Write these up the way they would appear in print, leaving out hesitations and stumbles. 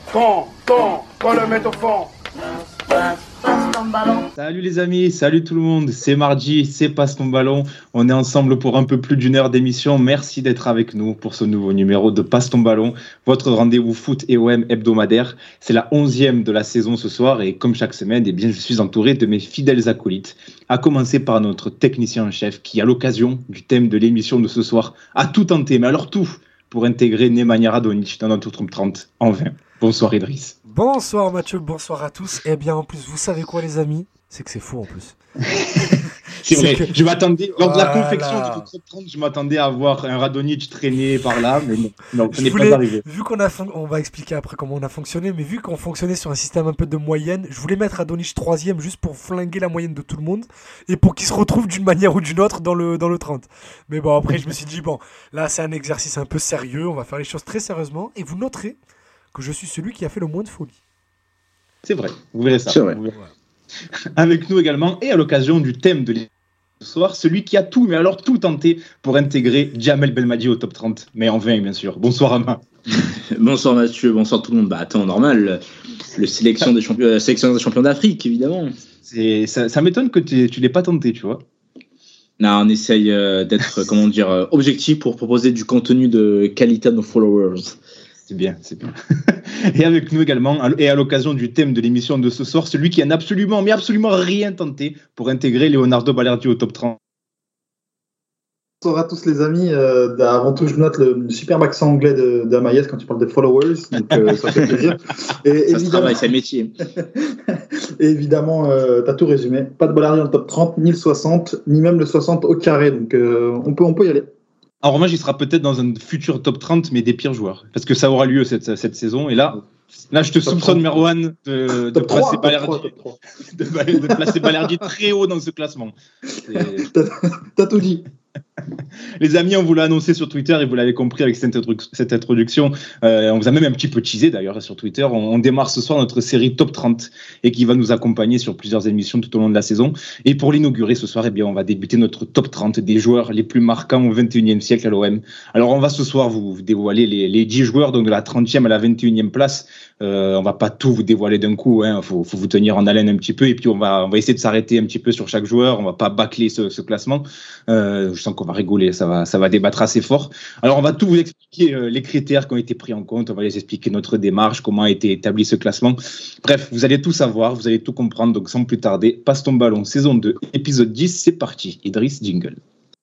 Qu'on le mette au fond. Passe ton ballon. Salut les amis, salut tout le monde, c'est mardi, c'est Passe ton ballon. On est ensemble pour un peu plus d'une heure d'émission. Merci d'être avec nous pour ce nouveau numéro de Passe ton ballon, votre rendez-vous foot et OM hebdomadaire. C'est la 11e de la saison ce soir et comme chaque semaine, eh bien, je suis entouré de mes fidèles acolytes, à commencer par notre technicien en chef qui, à l'occasion du thème de l'émission de ce soir, a tout tenté, mais alors tout, pour intégrer Nemanja Radonjic dans notre top 30 en vain. Bonsoir Idriss. Bonsoir Mathieu, bonsoir à tous. Eh bien en plus, vous savez quoi les amis ? C'est que c'est faux en plus. C'est vrai, que... je m'attendais, lors de la confection du top 30, je m'attendais à voir un Radonjic traîner par là, mais non, ce n'est pas arrivé. Vu qu'on on va expliquer après comment on a fonctionné, mais vu qu'on fonctionnait sur un système un peu de moyenne, je voulais mettre Radonjic 3ème juste pour flinguer la moyenne de tout le monde et pour qu'il se retrouve d'une manière ou d'une autre dans le 30. Mais bon, après je me suis dit, bon, là c'est un exercice un peu sérieux, on va faire les choses très sérieusement et vous noterez que je suis celui qui a fait le moins de folie. C'est vrai, vous verrez ça. C'est vrai. Avec nous également, et à l'occasion du thème de l'émission ce soir, celui qui a tout, mais alors tout tenté pour intégrer Djamel Belmadi au top 30, mais en vain bien sûr. Bonsoir Ama. Bonsoir Mathieu, bonsoir tout le monde. Bah attends, normal, la sélection des champions d'Afrique, évidemment. Ça m'étonne que tu l'aies pas tenté, tu vois. Non, on essaye d'être, objectif pour proposer du contenu de qualité à nos followers. C'est bien. Et avec nous également, et à l'occasion du thème de l'émission de ce soir, celui qui n'a absolument rien tenté pour intégrer Leonardo Balerdi au top 30. Bonsoir à tous les amis. Avant tout, je note le superbe accent anglais d'Amaïs quand tu parles de followers, donc ça fait plaisir. Et ça se travaille, c'est un métier. Et évidemment, tu as tout résumé. Pas de Balerdi dans le top 30, ni le 60, ni même le 60 au carré, donc on peut y aller. En revanche, il sera peut-être dans un futur top 30, mais des pires joueurs. Parce que ça aura lieu cette saison. Et là je te soupçonne, Merwan, de placer Balerdi très haut dans ce classement. T'as tout dit. Les amis, on vous l'a annoncé sur Twitter et vous l'avez compris avec cette introduction. On vous a même un petit peu teasé d'ailleurs sur Twitter. On démarre ce soir notre série Top 30 et qui va nous accompagner sur plusieurs émissions tout au long de la saison. Et pour l'inaugurer ce soir, on va débuter notre Top 30 des joueurs les plus marquants au 21e siècle à l'OM. Alors on va ce soir vous dévoiler les 10 joueurs, donc de la 30e à la 21e place. On va pas tout vous dévoiler d'un coup, faut vous tenir en haleine un petit peu et puis on va essayer de s'arrêter un petit peu sur chaque joueur. On va pas bâcler ce classement. Je sens qu'on va rigoler, ça va débattre assez fort. Alors on va tout vous expliquer, les critères qui ont été pris en compte, on va les expliquer notre démarche, comment a été établi ce classement. Bref, vous allez tout savoir, vous allez tout comprendre, donc sans plus tarder, Passe ton ballon, saison 2, épisode 10, c'est parti. Idriss, jingle.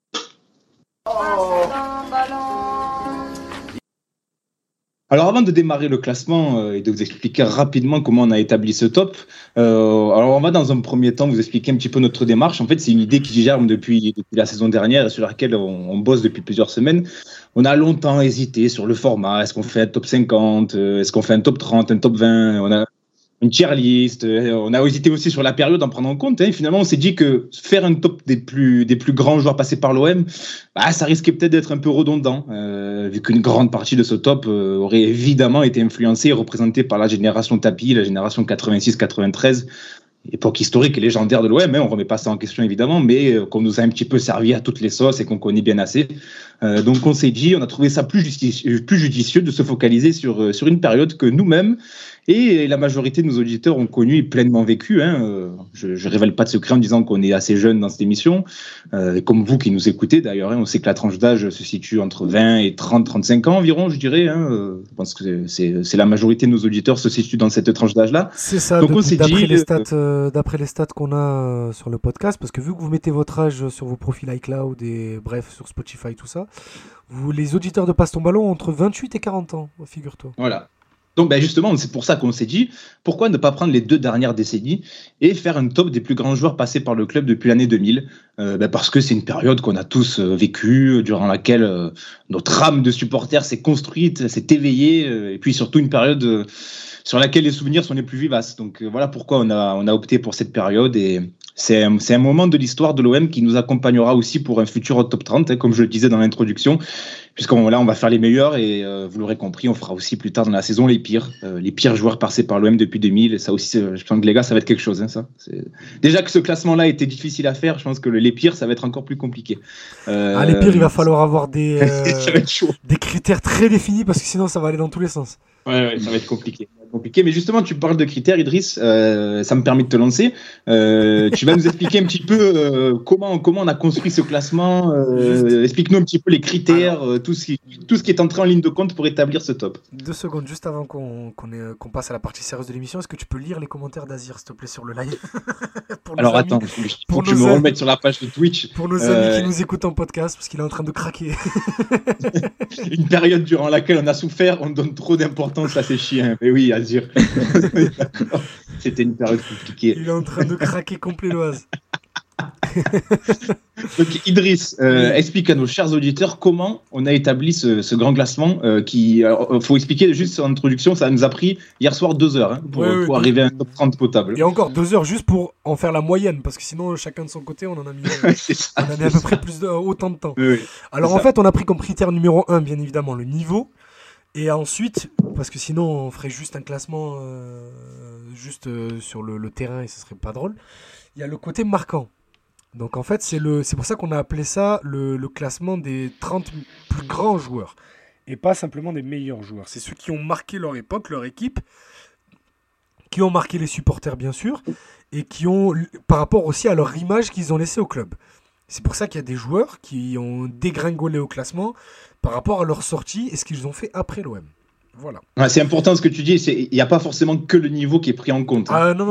Alors avant de démarrer le classement et de vous expliquer rapidement comment on a établi ce top, alors on va dans un premier temps vous expliquer un petit peu notre démarche. En fait, c'est une idée qui germe depuis la saison dernière et sur laquelle on bosse depuis plusieurs semaines. On a longtemps hésité sur le format. Est-ce qu'on fait un top 50 ? Est-ce qu'on fait un top 30 ? Un top 20 ? On a une tier list. On a hésité aussi sur la période en prenant en compte. Finalement, on s'est dit que faire un top des plus grands joueurs passés par l'OM, ça risquait peut-être d'être un peu redondant, vu qu'une grande partie de ce top aurait évidemment été influencée et représentée par la génération tapis, la génération 86-93, époque historique et légendaire de l'OM. On remet pas ça en question évidemment, mais qu'on nous a un petit peu servi à toutes les sauces et qu'on connaît bien assez. Donc on s'est dit, on a trouvé ça plus judicieux de se focaliser sur une période que nous-mêmes et la majorité de nos auditeurs ont connu et pleinement vécu. Je révèle pas de secret en disant qu'on est assez jeunes dans cette émission, et comme vous qui nous écoutez d'ailleurs. On sait que la tranche d'âge se situe entre 20 et 30-35 ans environ, je dirais. Je pense que c'est la majorité de nos auditeurs se situent dans cette tranche d'âge-là. C'est ça. Donc d'après les stats qu'on a sur le podcast, parce que vu que vous mettez votre âge sur vos profils iCloud et bref sur Spotify tout ça, les auditeurs de Passe ton ballon ont entre 28 et 40 ans, figure-toi. Voilà. Donc justement, c'est pour ça qu'on s'est dit, pourquoi ne pas prendre les 2 dernières décennies et faire un top des plus grands joueurs passés par le club depuis l'année 2000, parce que c'est une période qu'on a tous vécue, durant laquelle notre âme de supporter s'est construite, s'est éveillée, et puis surtout une période sur laquelle les souvenirs sont les plus vivaces. Donc voilà pourquoi on a opté pour cette période, et c'est un moment de l'histoire de l'OM qui nous accompagnera aussi pour un futur top 30, comme je le disais dans l'introduction, puisqu'on va faire les meilleurs et vous l'aurez compris, on fera aussi plus tard dans la saison les pires joueurs passés par l'OM depuis 2000. Et ça aussi, je pense que les gars, ça va être quelque chose. Ça. Déjà que ce classement-là était difficile à faire, je pense que les pires, ça va être encore plus compliqué. Les pires, il va falloir avoir des ça va être chaud. Des critères très définis parce que sinon ça va aller dans tous les sens. Ouais, ça va être compliqué. compliqué. Mais justement, tu parles de critères, Idriss. Ça me permet de te lancer. Tu vas nous expliquer un petit peu comment on a construit ce classement. Explique-nous un petit peu les critères, tout ce qui est entré en ligne de compte pour établir ce top. 2 secondes, juste avant qu'on passe à la partie sérieuse de l'émission, est-ce que tu peux lire les commentaires d'Azir, s'il te plaît, sur le live? Alors attends, il faut que je me remette sur la page de Twitch. Pour nos amis qui nous écoutent en podcast, parce qu'il est en train de craquer. Une période durant laquelle on a souffert, on donne trop d'importance à ces chiens. Mais oui, Azir. C'était une période compliquée. Il est en train de craquer complet l'oise. Donc Idriss, explique à nos chers auditeurs comment on a établi ce grand classement faut expliquer juste en introduction, ça nous a pris hier soir 2 heures pour arriver à un top 30 potable. Et encore 2 heures juste pour en faire la moyenne, parce que sinon chacun de son côté on en a mis, on a mis à peu près autant de temps. Oui, alors en fait on a pris comme critère numéro 1 bien évidemment le niveau, et ensuite, parce que sinon on ferait juste un classement sur le terrain et ce serait pas drôle, il y a le côté marquant. Donc en fait, c'est pour ça qu'on a appelé ça le classement des 30 plus grands joueurs. Et pas simplement des meilleurs joueurs. C'est ceux qui ont marqué leur époque, leur équipe, qui ont marqué les supporters bien sûr, et qui ont, par rapport aussi à leur image qu'ils ont laissée au club. C'est pour ça qu'il y a des joueurs qui ont dégringolé au classement par rapport à leur sortie et ce qu'ils ont fait après l'OM. Voilà. Ouais, c'est important ce que tu dis, il n'y a pas forcément que le niveau qui est pris en compte. Ah non,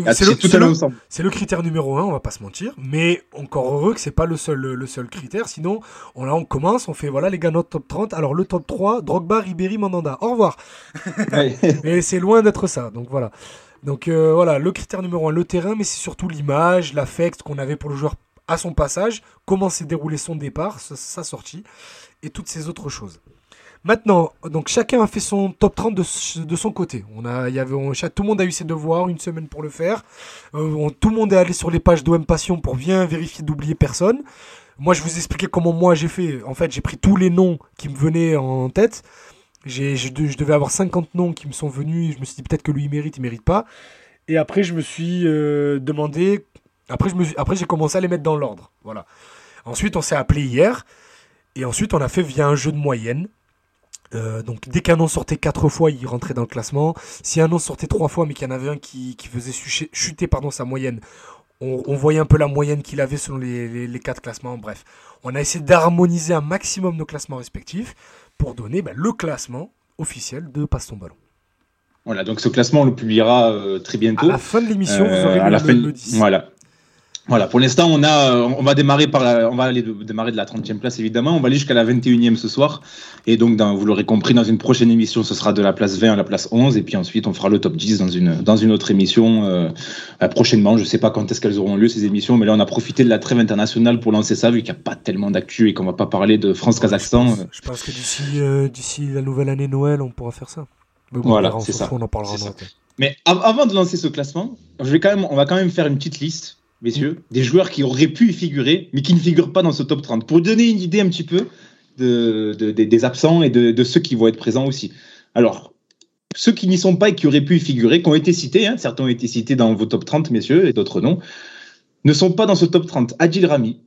c'est le critère numéro 1, on va pas se mentir, mais encore heureux que c'est pas le seul critère, sinon on commence, on fait voilà les gars notre top 30, alors le top 3, Drogba, Ribéry, Mandanda, au revoir. Ouais. Mais c'est loin d'être ça, donc voilà. Donc voilà, le critère numéro 1, le terrain, mais c'est surtout l'image, l'affect qu'on avait pour le joueur à son passage, comment s'est déroulé son départ, sa sortie, et toutes ces autres choses. Maintenant, donc chacun a fait son top 30 de son côté. Tout le monde a eu ses devoirs, une semaine pour le faire. Tout le monde est allé sur les pages d'OM Passion pour bien vérifier d'oublier personne. Moi, je vous expliquais comment moi j'ai fait. En fait, j'ai pris tous les noms qui me venaient en tête. Je devais avoir 50 noms qui me sont venus. Je me suis dit peut-être que lui, il mérite pas. Et après, je me suis demandé... Après, j'ai commencé à les mettre dans l'ordre. Voilà. Ensuite, on s'est appelé hier. Et ensuite, on a fait via un jeu de moyenne. Donc dès qu'un nom sortait 4 fois, il rentrait dans le classement. Si un nom sortait 3 fois, mais qu'il y en avait un qui faisait chuter sa moyenne, on voyait un peu la moyenne qu'il avait selon les 4 classements. Bref, on a essayé d'harmoniser un maximum nos classements respectifs pour donner le classement officiel de Passe ton ballon. Voilà, donc ce classement, on le publiera très bientôt. À la fin de l'émission, vous aurez le 10. Voilà, pour l'instant, on va démarrer démarrer de la 30e place, évidemment. On va aller jusqu'à la 21e ce soir. Et donc, vous l'aurez compris, dans une prochaine émission, ce sera de la place 20 à la place 11. Et puis ensuite, on fera le top 10 dans une autre émission prochainement. Je ne sais pas quand est-ce qu'elles auront lieu, ces émissions. Mais là, on a profité de la trêve internationale pour lancer ça, vu qu'il n'y a pas tellement d'actu et qu'on ne va pas parler de France-Kazakhstan. Je pense que d'ici la nouvelle année Noël, on pourra faire ça. Mais bon, voilà, c'est ça. On en parlera. Mais avant de lancer ce classement, on va quand même faire une petite liste, messieurs, des joueurs qui auraient pu y figurer, mais qui ne figurent pas dans ce top 30. Pour donner une idée un petit peu des absents et de ceux qui vont être présents aussi. Alors, ceux qui n'y sont pas et qui auraient pu y figurer, qui ont été cités, certains ont été cités dans vos top 30, messieurs, et d'autres non, ne sont pas dans ce top 30. Adil Rami,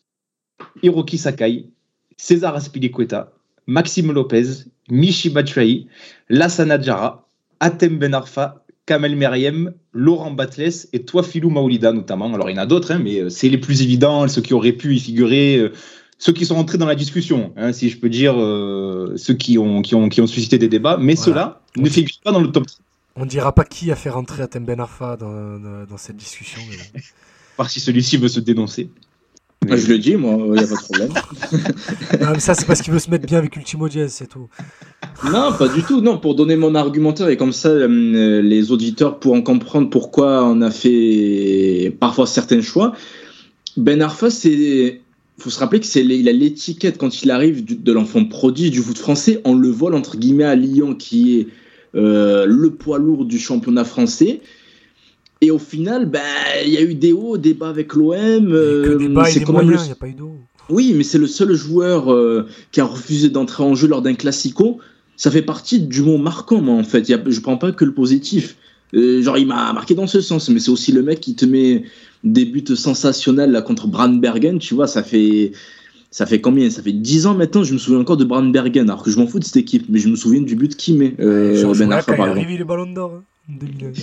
Hiroki Sakai, César Azpilicueta, Maxime Lopez, Michy Batshuayi, Lassana Diarra, Hatem Ben Arfa, Kamel Meriem, Laurent Batles et Touafilou Maoulida notamment. Alors il y en a d'autres, mais c'est les plus évidents, ceux qui auraient pu y figurer, ceux qui sont entrés dans la discussion, si je peux dire, ceux qui ont suscité des débats, mais ceux-là ne figurent pas dans le top 30. On ne dira pas qui a fait rentrer Hatem Ben Arfa dans cette discussion. Mais... Par si celui-ci veut se dénoncer. Mais... Je le dis, moi, il n'y a pas de problème. Non, mais ça, c'est parce qu'il veut se mettre bien avec Ultimo Diaz, c'est tout. Non, pas du tout. Non, pour donner mon argumentaire, et comme ça, les auditeurs pourront comprendre pourquoi on a fait parfois certains choix. Ben Arfa, faut se rappeler il a l'étiquette, quand il arrive, de l'enfant prodige du foot français. On le vole, entre guillemets, à Lyon, qui est le poids lourd du championnat français. Et au final, il y a eu des hauts, des bas avec l'OM. Que des bas et des moyens, il n'y a pas eu d'eau. Oui, mais c'est le seul joueur qui a refusé d'entrer en jeu lors d'un classico. Ça fait partie du mot marquant, moi, en fait. Je ne prends pas que le positif. Il m'a marqué dans ce sens, mais c'est aussi le mec qui te met des buts sensationnels là, contre Brandbergen, tu vois, ça fait Ça fait combien? Ça fait 10 ans maintenant, je me souviens encore de Brandbergen, alors que je m'en fous de cette équipe, mais je me souviens du but qu'il met, Ben Arfa, par il exemple. arrive les ballons d'or en 2009.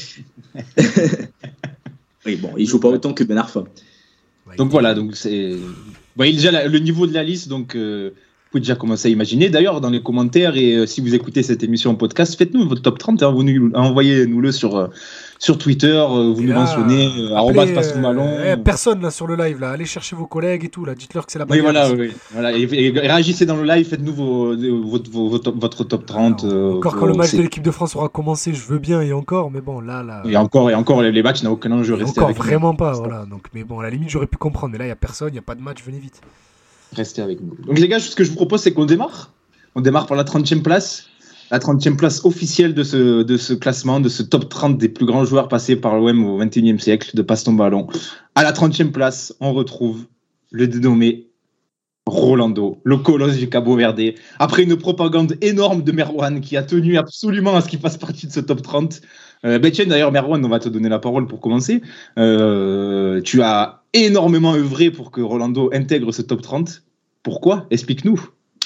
Oui, bon, il joue pas autant que Ben Arfa. Donc voilà, donc c'est. Vous voyez déjà le niveau de la liste, donc vous pouvez déjà commencer à imaginer. D'ailleurs, dans les commentaires, et si vous écoutez cette émission en podcast, faites-nous votre top 30, hein, envoyez-nous-le sur Twitter, vous Et nous là, mentionnez, appelez, passe ton ballon. personne là sur le live, là. Allez chercher vos collègues et tout, là. Dites-leur que c'est la Oui, bagarre. voilà. Et réagissez dans le live, faites-nous votre top 30. Encore quand le match de l'équipe de France aura commencé, je veux bien, et encore, mais bon, là. Et encore, les matchs n'ont aucun enjeu. Restez Encore avec vraiment nous. pas, voilà. Donc, mais bon, à la limite, j'aurais pu comprendre, mais là, il n'y a personne, il n'y a pas de match, venez vite. Restez avec nous. Donc les gars, ce que je vous propose, c'est qu'on démarre. On démarre par la 30e place. La 30e place officielle de ce classement, de ce top 30 des plus grands joueurs passés par l'OM au XXIe siècle, de Passe ton ballon. À la 30e place, on retrouve le dénommé Rolando, le colosse du Cabo Verde. Après une propagande énorme de Merwan qui a tenu absolument à ce qu'il fasse partie de ce top 30. Tiens, d'ailleurs, Merwan, on va te donner la parole pour commencer. Tu as énormément œuvré pour que Rolando intègre ce top 30. Pourquoi? Explique-nous.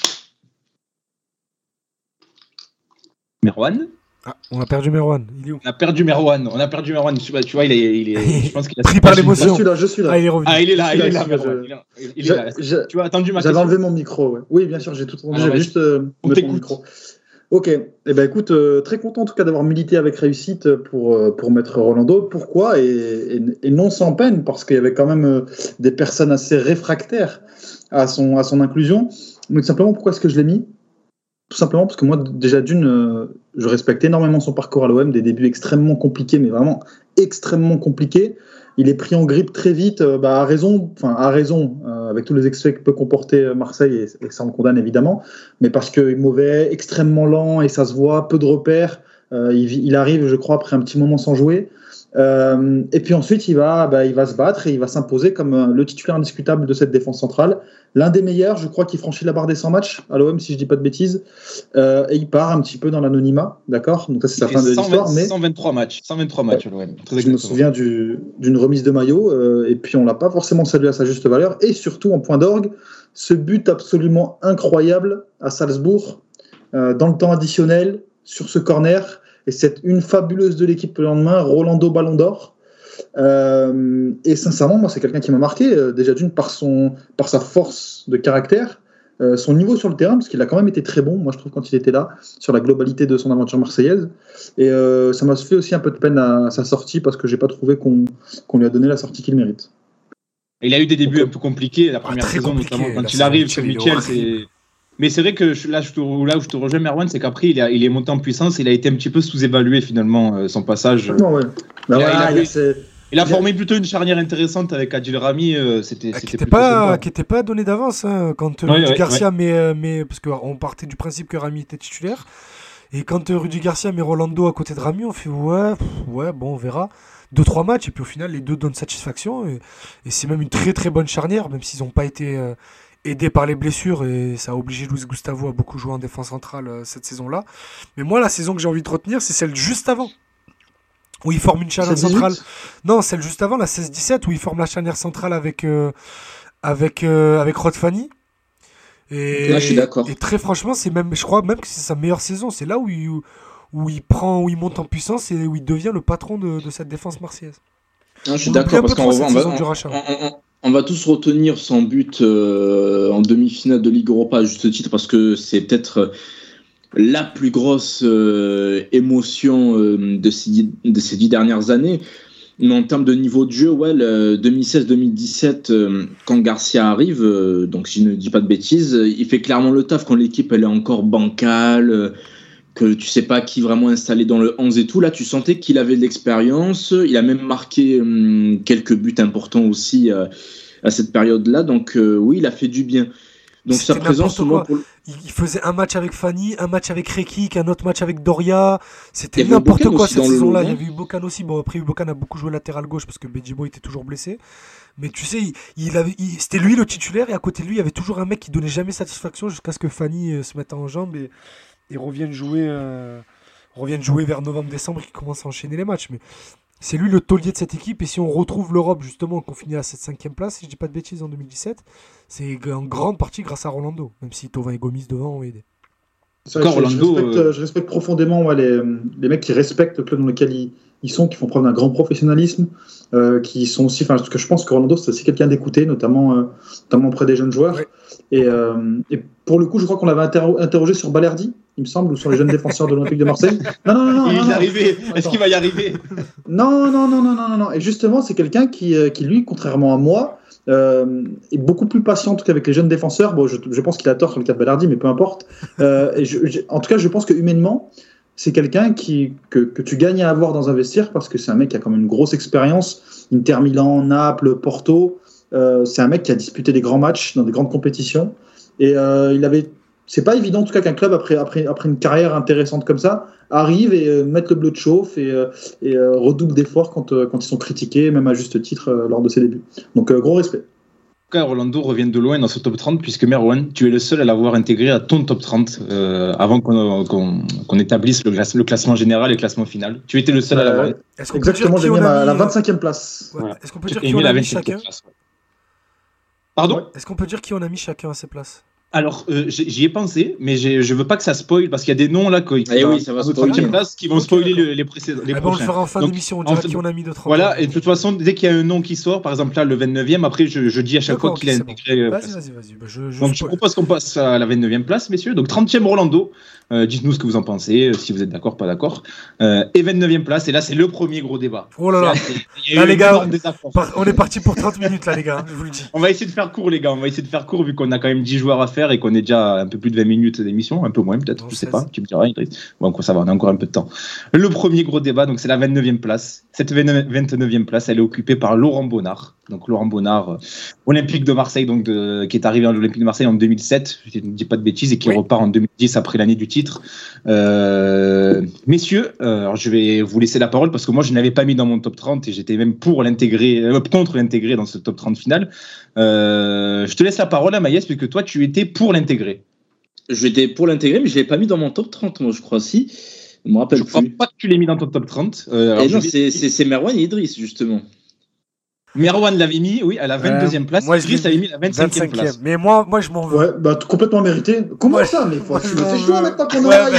Merwan? Ah, on a perdu Merwan, il est où? On a perdu Merwan. Tu vois, il est je pense qu'il a pris par l'émotion. Je suis là. Ah, il est revenu. Ah, il est là. Il est là. Tu as attendu ma question. J'avais enlevé mon micro. Ouais. Oui, bien sûr, j'ai tout entendu. J'avais juste mettre mon micro. Ok. Eh ben, écoute, très content en tout cas d'avoir milité avec réussite pour mettre Rolando. Pourquoi et non sans peine, parce qu'il y avait quand même des personnes assez réfractaires à son inclusion. Donc simplement, pourquoi est-ce que je l'ai mis? Tout simplement parce que moi, déjà je respecte énormément son parcours à l'OM, des débuts extrêmement compliqués, mais vraiment extrêmement compliqués. Il est pris en grippe très vite, à raison, avec tous les excès que peut comporter Marseille, et ça on condamne évidemment, mais parce qu'il est mauvais, extrêmement lent, et ça se voit, peu de repères. Il arrive, je crois, après un petit moment sans jouer. Et puis ensuite, il va se battre et il va s'imposer comme le titulaire indiscutable de cette défense centrale. L'un des meilleurs, je crois, qui franchit la barre des 100 matchs à l'OM, si je dis pas de bêtises. Et il part un petit peu dans l'anonymat, d'accord? Donc ça, c'est sa fin de l'histoire. Mais 123 matchs à l'OM. Je me souviens d'une remise de maillot, et puis on l'a pas forcément salué à sa juste valeur. Et surtout, en point d'orgue, ce but absolument incroyable à Salzbourg, dans le temps additionnel, sur ce corner. Et c'est une fabuleuse de l'équipe le lendemain, Rolando Ballon d'Or. Et sincèrement, moi, c'est quelqu'un qui m'a marqué, déjà d'une par sa force de caractère, son niveau sur le terrain, parce qu'il a quand même été très bon, moi je trouve, quand il était là, sur la globalité de son aventure marseillaise. Et ça m'a fait aussi un peu de peine à sa sortie, parce que j'ai pas trouvé qu'on lui a donné la sortie qu'il mérite. Il a eu des débuts un peu compliqués la première saison, notamment quand il arrive sur Michel, Mais c'est vrai que là où je te rejoins, Merwan, c'est qu'après, il est monté en puissance. Il a été un petit peu sous-évalué, finalement, son passage. Non, ouais. Il a formé plutôt une charnière intéressante avec Adil Rami. Qui n'était pas donné d'avance, hein, quand Rudy Garcia parce qu'on partait du principe que Rami était titulaire. Et quand Rudy Garcia met Rolando à côté de Rami, on fait ouais, bon, on verra. 2-3 matchs, et puis au final, les deux donnent satisfaction. Et c'est même une très très bonne charnière, même s'ils n'ont pas été aidés par les blessures, et ça a obligé Luis Gustavo à beaucoup jouer en défense centrale cette saison-là. Mais moi, la saison que j'ai envie de retenir, c'est celle juste avant, où il forme une charnière centrale. Non, celle juste avant, la 16-17, où il forme la charnière centrale avec Rod Fanny. Et là, je suis d'accord. Et très franchement, je crois même que c'est sa meilleure saison. C'est là où il monte en puissance et où il devient le patron de cette défense marseillaise. Je suis d'accord, parce qu'on va tous retenir son but en demi-finale de Ligue Europa à juste titre, parce que c'est peut-être la plus grosse émotion de ces 10 dernières années. Mais en termes de niveau de jeu, 2016-2017, quand Garcia arrive, donc si je ne dis pas de bêtises, il fait clairement le taf quand l'équipe elle est encore bancale, que tu sais pas qui vraiment installé dans le 11 et tout. Là, tu sentais qu'il avait de l'expérience. Il a même marqué quelques buts importants aussi à cette période-là. Donc oui, il a fait du bien. Donc sa présence, il faisait un match avec Fanny, un match avec Rekik, un autre match avec Doria. C'était n'importe quoi cette saison-là. Il y avait Ubokan aussi. Bon, après, Ubokan a beaucoup joué latéral gauche parce que Bedjibo était toujours blessé. Mais tu sais, c'était lui le titulaire, et à côté de lui, il y avait toujours un mec qui donnait jamais satisfaction jusqu'à ce que Fanny se mette en jambes et revienne jouer vers novembre-décembre, qui commence à enchaîner les matchs. Mais C'est lui le taulier de cette équipe. Et si on retrouve l'Europe, justement, qu'on finit à cette 5e place, si je dis pas de bêtises, en 2017, c'est en grande partie grâce à Rolando. Même si Thauvin et Gomis devant ont aidé. Je respecte profondément les mecs qui respectent le club dans lequel ils sont, qui font preuve d'un grand professionnalisme, qui sont aussi. Parce que je pense que Rolando, c'est aussi quelqu'un d'écouté, notamment auprès des jeunes joueurs. Ouais. Et pour le coup, je crois qu'on l'avait interrogé sur Balerdi, il me semble, ou sur les jeunes défenseurs de l'Olympique de Marseille. Non. Il est arrivé. Est-ce qu'il va y arriver? Non. Et justement, c'est quelqu'un qui, lui, contrairement à moi, est beaucoup plus patient, en tout cas avec les jeunes défenseurs. Bon, je pense qu'il a tort sur le cas de Balerdi, mais peu importe. En tout cas, je pense que humainement, c'est quelqu'un que tu gagnes à avoir dans un vestiaire parce que c'est un mec qui a quand même une grosse expérience. Inter Milan, Naples, Porto. C'est un mec qui a disputé des grands matchs dans des grandes compétitions. Et c'est pas évident en tout cas qu'un club après une carrière intéressante comme ça arrive et mette le bleu de chauffe et redouble d'efforts quand ils sont critiqués, même à juste titre lors de ses débuts. Donc gros respect. En tout cas, Rolando revient de loin dans ce top 30 puisque Merwan, tu es le seul à l'avoir intégré à ton top 30 avant qu'on établisse le classement général et le classement final. Tu étais le seul à l'avoir. Exactement, j'ai mis à la 25e place. Ouais. Voilà. Est-ce qu'on peut dire qui on a mis chacun? Pardon? Ouais. Est-ce qu'on peut dire qui on a mis chacun à ses places? Alors, j'y ai pensé, mais je veux pas que ça spoil parce qu'il y a des noms là ça va spoiler. Qui vont spoiler les précédents. Les on le prochains. fera en fin d'émission, on dira qui on a mis de 30. Voilà, et de toute façon, dès qu'il y a un nom qui sort, par exemple là, le 29e, après je dis à chaque fois qu'il est intégré. Vas-y. Donc je propose qu'on passe à la 29e place, messieurs. Donc 30e Rolando. Dites-nous ce que vous en pensez, si vous êtes d'accord, pas d'accord. Et 29e place, et là c'est le premier gros débat. Oh là là. Là les gars, on est parti pour 30 minutes là les gars, je vous le dis. On va essayer de faire court les gars, vu qu'on a quand même 10 joueurs à faire et qu'on est déjà un peu plus de 20 minutes d'émission, un peu moins peut-être, je sais pas, tu me diras Idriss. Bon, ça va, on a encore un peu de temps. Le premier gros débat, donc c'est la 29e place. Cette 29e place, elle est occupée par Laurent Bonnard. Donc Laurent Bonnard, Olympique de Marseille, donc qui est arrivé à l'Olympique de Marseille en 2007, je ne dis pas de bêtises, et qui repart en 2010 après l'année du titre. Messieurs, alors je vais vous laisser la parole parce que moi je ne l'avais pas mis dans mon top 30 et j'étais même contre l'intégrer dans ce top 30 final. Je te laisse la parole à Maïs puisque toi tu étais pour l'intégrer. J'étais pour l'intégrer, mais je ne l'avais pas mis dans mon top 30, moi je crois, si. Je me rappelle plus. Je ne crois pas que tu l'aies mis dans ton top 30. Non, c'est Merwan et Idriss, justement. Merwan l'avait mis, oui, à la 22e place. Moi, Idriss l'avait mis à la 25e place. Mais moi, je m'en veux. Ouais, complètement mérité. Comment ça? Mais c'est chaud avec ta connerie.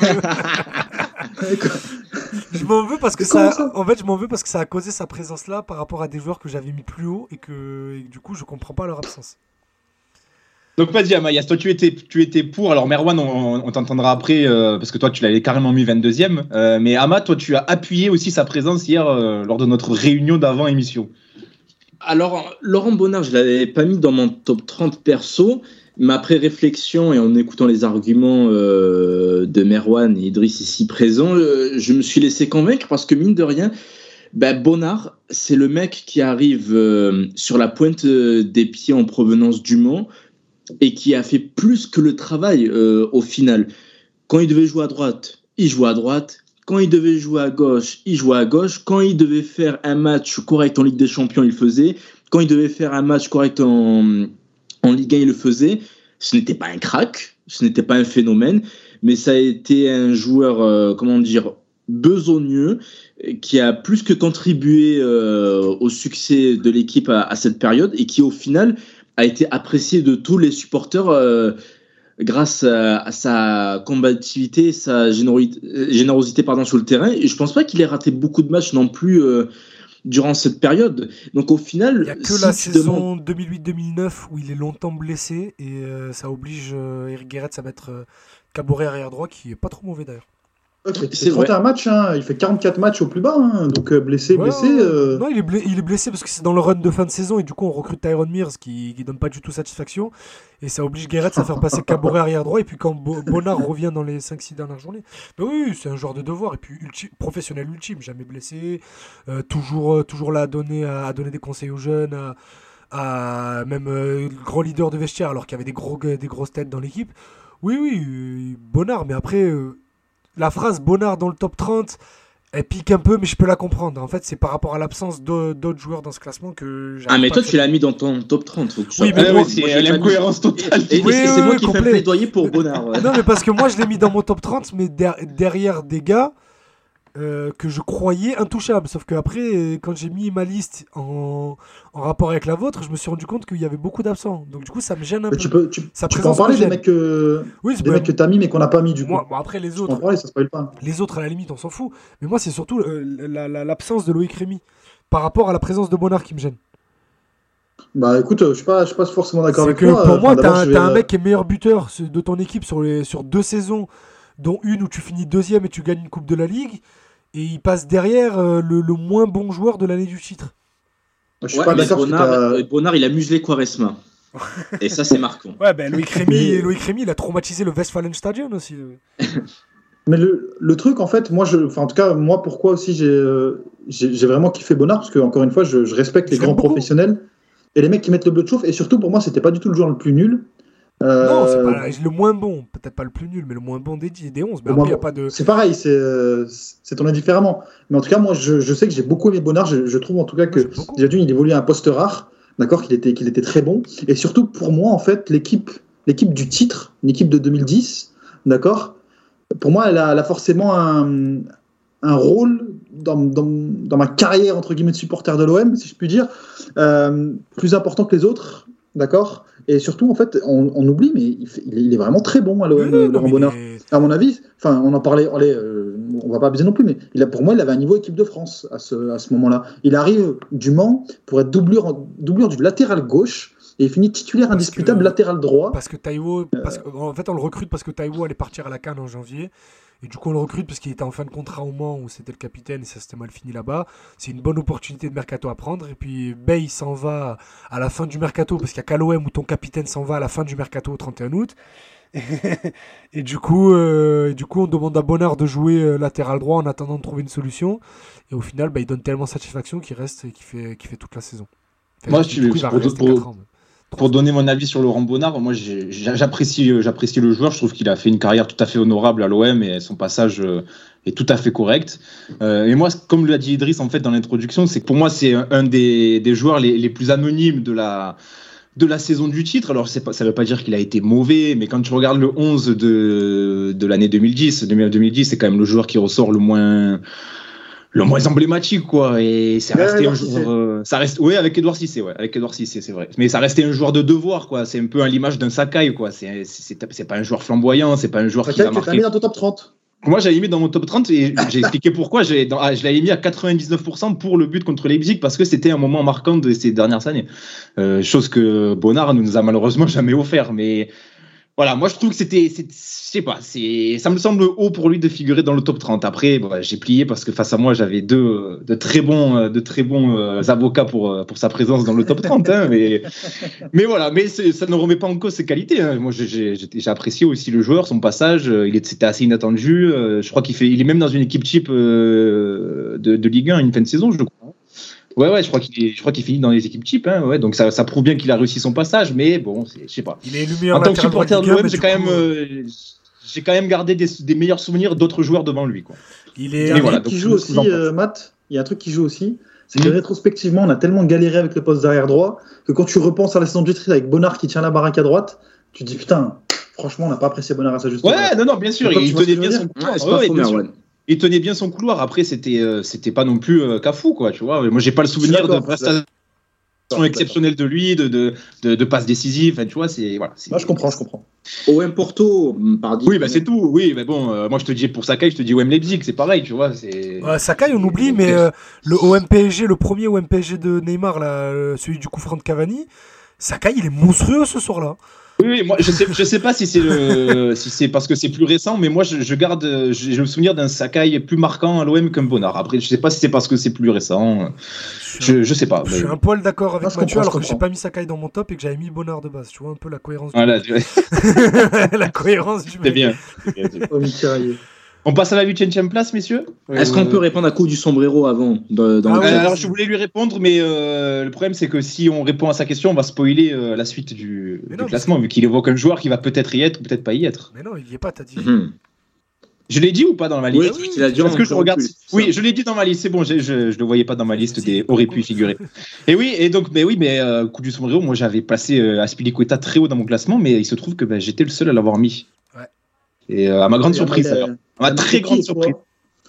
Je m'en veux parce que je m'en veux parce que ça a causé sa présence là par rapport à des joueurs que j'avais mis plus haut et que du coup, je comprends pas leur absence. Donc vas-y Amaïs, toi tu étais pour, alors Merwan on t'entendra après parce que toi tu l'avais carrément mis 22e, mais Ama toi tu as appuyé aussi sa présence hier lors de notre réunion d'avant émission. Alors Laurent Bonnard je l'avais pas mis dans mon top 30 perso, mais après réflexion et en écoutant les arguments de Merwan et Idriss ici présents, je me suis laissé convaincre parce que mine de rien, Bonnard c'est le mec qui arrive sur la pointe des pieds en provenance du Mans, et qui a fait plus que le travail au final. Quand il devait jouer à droite, il jouait à droite. Quand il devait jouer à gauche, il jouait à gauche. Quand il devait faire un match correct en Ligue des Champions, il le faisait. Quand il devait faire un match correct en Ligue 1, il le faisait. Ce n'était pas un crack, ce n'était pas un phénomène, mais ça a été un joueur, besogneux, qui a plus que contribué au succès de l'équipe à cette période et qui, au final, a été apprécié de tous les supporters grâce à sa combativité, sa générosité sur le terrain. Et je pense pas qu'il ait raté beaucoup de matchs non plus durant cette période. Donc au final, il y a que la saison 2008-2009 où il est longtemps blessé et ça oblige Eric Guéretz à mettre Caboret arrière droit, qui est pas trop mauvais d'ailleurs. Okay, c'est 31 matchs, hein. Il fait 44 matchs au plus bas, hein. Donc blessé. Non, il est blessé parce que c'est dans le run de fin de saison et du coup on recrute Tyrone Mears qui donne pas du tout satisfaction et ça oblige Guéretz à faire passer Caboret arrière droit et puis quand Bonnard revient dans les 5-6 dernières journées. Mais oui, c'est un joueur de devoir et puis professionnel ultime, jamais blessé, toujours là à donner des conseils aux jeunes, à même grand leader de vestiaire alors qu'il y avait des grosses têtes dans l'équipe. Oui, Bonnard, mais après... La phrase Bonnard dans le top 30, elle pique un peu, mais je peux la comprendre. En fait, c'est par rapport à l'absence d'autres joueurs dans ce classement que j'ai. Ah, mais toi, tu l'as mis dans ton top 30. Oui, mais moi, c'est l'incohérence totale. Et c'est moi qui fais un plaidoyer pour Bonnard. Non, mais parce que moi, je l'ai mis dans mon top 30, mais derrière des gars que je croyais intouchable. Sauf qu'après, quand j'ai mis ma liste en rapport avec la vôtre, je me suis rendu compte qu'il y avait beaucoup d'absents. Donc du coup, ça me gêne un peu. Tu peux en parler des mecs que tu as mis mais qu'on n'a pas mis du coup. Bon, après les autres, ça spoil pas. Les autres, à la limite, on s'en fout. Mais moi, c'est surtout l'absence de Loïc Rémy par rapport à la présence de Bonnard qui me gêne. Bah écoute, je suis pas forcément d'accord avec toi. Pour moi, t'as un mec qui est meilleur buteur de ton équipe sur 2 saisons, dont une où tu finis 2e et tu gagnes une Coupe de la Ligue, et il passe derrière le moins bon joueur de l'année du titre. Je suis pas d'accord. Bonnard, il a muselé Quaresma. Et ça, c'est marquant. Ouais, ben Loïc Rémy, il a traumatisé le Westfalenstadion aussi. Mais le truc, en fait, moi, en tout cas, moi, pourquoi aussi j'ai vraiment kiffé Bonnard, parce que encore une fois, je respecte les grands professionnels et les mecs qui mettent le bleu de chauffe, et surtout pour moi, c'était pas du tout le joueur le plus nul. Non, c'est pas le moins bon, peut-être pas le plus nul, mais le moins bon des 11. Mais après, y a pas de... C'est pareil, c'est tourné différemment. Mais en tout cas, moi, je sais que j'ai beaucoup aimé Bonnard. Je trouve en tout cas que déjà d'une, il évolue à un poste rare, d'accord, qu'il était très bon. Et surtout, pour moi, en fait, l'équipe du titre, l'équipe de 2010, d'accord, pour moi, elle a forcément un rôle dans ma carrière, entre guillemets, de supporter de l'OM, si je puis dire, plus important que les autres, d'accord. Et surtout, en fait, on oublie, mais il est vraiment très bon à l'OM, Laurent Bonnard. À mon avis, enfin, on en parlait, on va pas abuser non plus, mais pour moi, il avait un niveau équipe de France à ce moment-là. Il arrive du Mans pour être doublure du latéral gauche, et il finit titulaire indiscutable latéral droit. Parce que Taiwo, en fait, on le recrute parce que Taiwo allait partir à la CAN en janvier. Et du coup, on le recrute parce qu'il était en fin de contrat au Mans où c'était le capitaine et ça s'était mal fini là-bas. C'est une bonne opportunité de mercato à prendre. Et puis, Bey s'en va à la fin du mercato parce qu'il n'y a qu'à l'OM où ton capitaine s'en va à la fin du mercato au 31 août. Et du coup, on demande à Bonnard de jouer latéral droit en attendant de trouver une solution. Et au final, il donne tellement satisfaction qu'il reste et qu'il fait toute la saison. Moi, pour donner mon avis sur Laurent Bonnard, moi j'apprécie le joueur. Je trouve qu'il a fait une carrière tout à fait honorable à l'OM et son passage est tout à fait correct. Et moi, comme l'a dit Idriss en fait dans l'introduction, c'est que pour moi c'est un des joueurs les plus anonymes de la saison du titre. Alors ça ne veut pas dire qu'il a été mauvais, mais quand tu regardes le 11 de l'année 2010, c'est quand même le joueur qui ressort le moins emblématique, quoi. Et c'est resté un joueur. Oui, avec Edouard Cissé, c'est vrai. Mais ça restait un joueur de devoir, quoi. C'est un peu à l'image d'un Sakai, quoi. C'est pas un joueur flamboyant, c'est pas un joueur qui va marquer. Tu l'as mis dans ton top 30. Moi, j'avais mis dans mon top 30 et j'ai expliqué pourquoi. Je l'avais mis à 99% pour le but contre Leipzig parce que c'était un moment marquant de ces dernières années. Chose que Bonnard nous a malheureusement jamais offert. Mais voilà, moi je trouve que je sais pas, ça me semble haut pour lui de figurer dans le top 30. Après, j'ai plié parce que face à moi j'avais de très bons avocats pour sa présence dans le top 30. Hein, mais voilà, mais ça ne remet pas en cause ses qualités. Hein. Moi j'ai apprécié aussi le joueur, son passage, c'était assez inattendu. Je crois il est même dans une équipe type de Ligue 1 une fin de saison, je crois. Ouais, je crois qu'il finit dans les équipes types, hein, ouais, donc ça prouve bien qu'il a réussi son passage, mais bon, je sais pas. Il est élu en tant que supporter de l'OM, j'ai quand même gardé des meilleurs souvenirs d'autres joueurs devant lui, quoi. Il y a un truc qui joue aussi, Matt. Il y a un truc qui joue aussi, c'est que rétrospectivement, on a tellement galéré avec le poste d'arrière droit que quand tu repenses à la saison du titre avec Bonnard qui tient la baraque à droite, tu te dis putain, franchement, on n'a pas apprécié Bonnard à sa juste. Ouais, non, bien sûr, il tenait bien son couloir. Il tenait bien son couloir. Après, c'était pas non plus cafou, quoi, tu vois. Moi, j'ai pas le souvenir de prestations exceptionnelles de lui, de passes décisives. Enfin, tu vois, Moi, je comprends. OM Porto, pardon. Oui, c'est tout. Oui, mais bon, moi, je te dis pour Sakai, je te dis OM Leipzig, c'est pareil, tu vois. Sakai, on oublie, mais le OM PSG, le premier OM PSG de Neymar, là, celui du coup franc de Cavani, Sakai, il est monstrueux ce soir-là. Oui, moi je sais pas si c'est parce que c'est plus récent, mais moi j'ai le souvenir d'un Sakai plus marquant à l'OM qu'un Bonnard. Après, je sais pas si c'est parce que c'est plus récent. Je sais pas. Je suis un poil d'accord avec Mathieu, alors que j'ai pas mis Sakai dans mon top et que j'avais mis Bonnard de base. Tu vois un peu la cohérence. Voilà, la cohérence du mec. C'est bien. On passe à la 8e place, messieurs. Est-ce qu'on peut répondre à coup du sombrero avant Alors, je voulais lui répondre, mais le problème, c'est que si on répond à sa question, on va spoiler la suite du classement, vu qu'il évoque un joueur qui va peut-être y être ou peut-être pas y être. Mais non, il y est pas, t'as dit. Je l'ai dit ou pas dans ma liste? Oui, tu l'as dit. Parce que je regarde. Oui, je l'ai dit dans ma liste. C'est bon, je le voyais pas dans ma liste des aurait pu y figurer. Et oui, et donc, mais coup du sombrero, moi j'avais placé Azpilicueta très haut dans mon classement, mais il se trouve que j'étais le seul à l'avoir mis. Ouais. Et à ma grande surprise, à ma très grande surprise.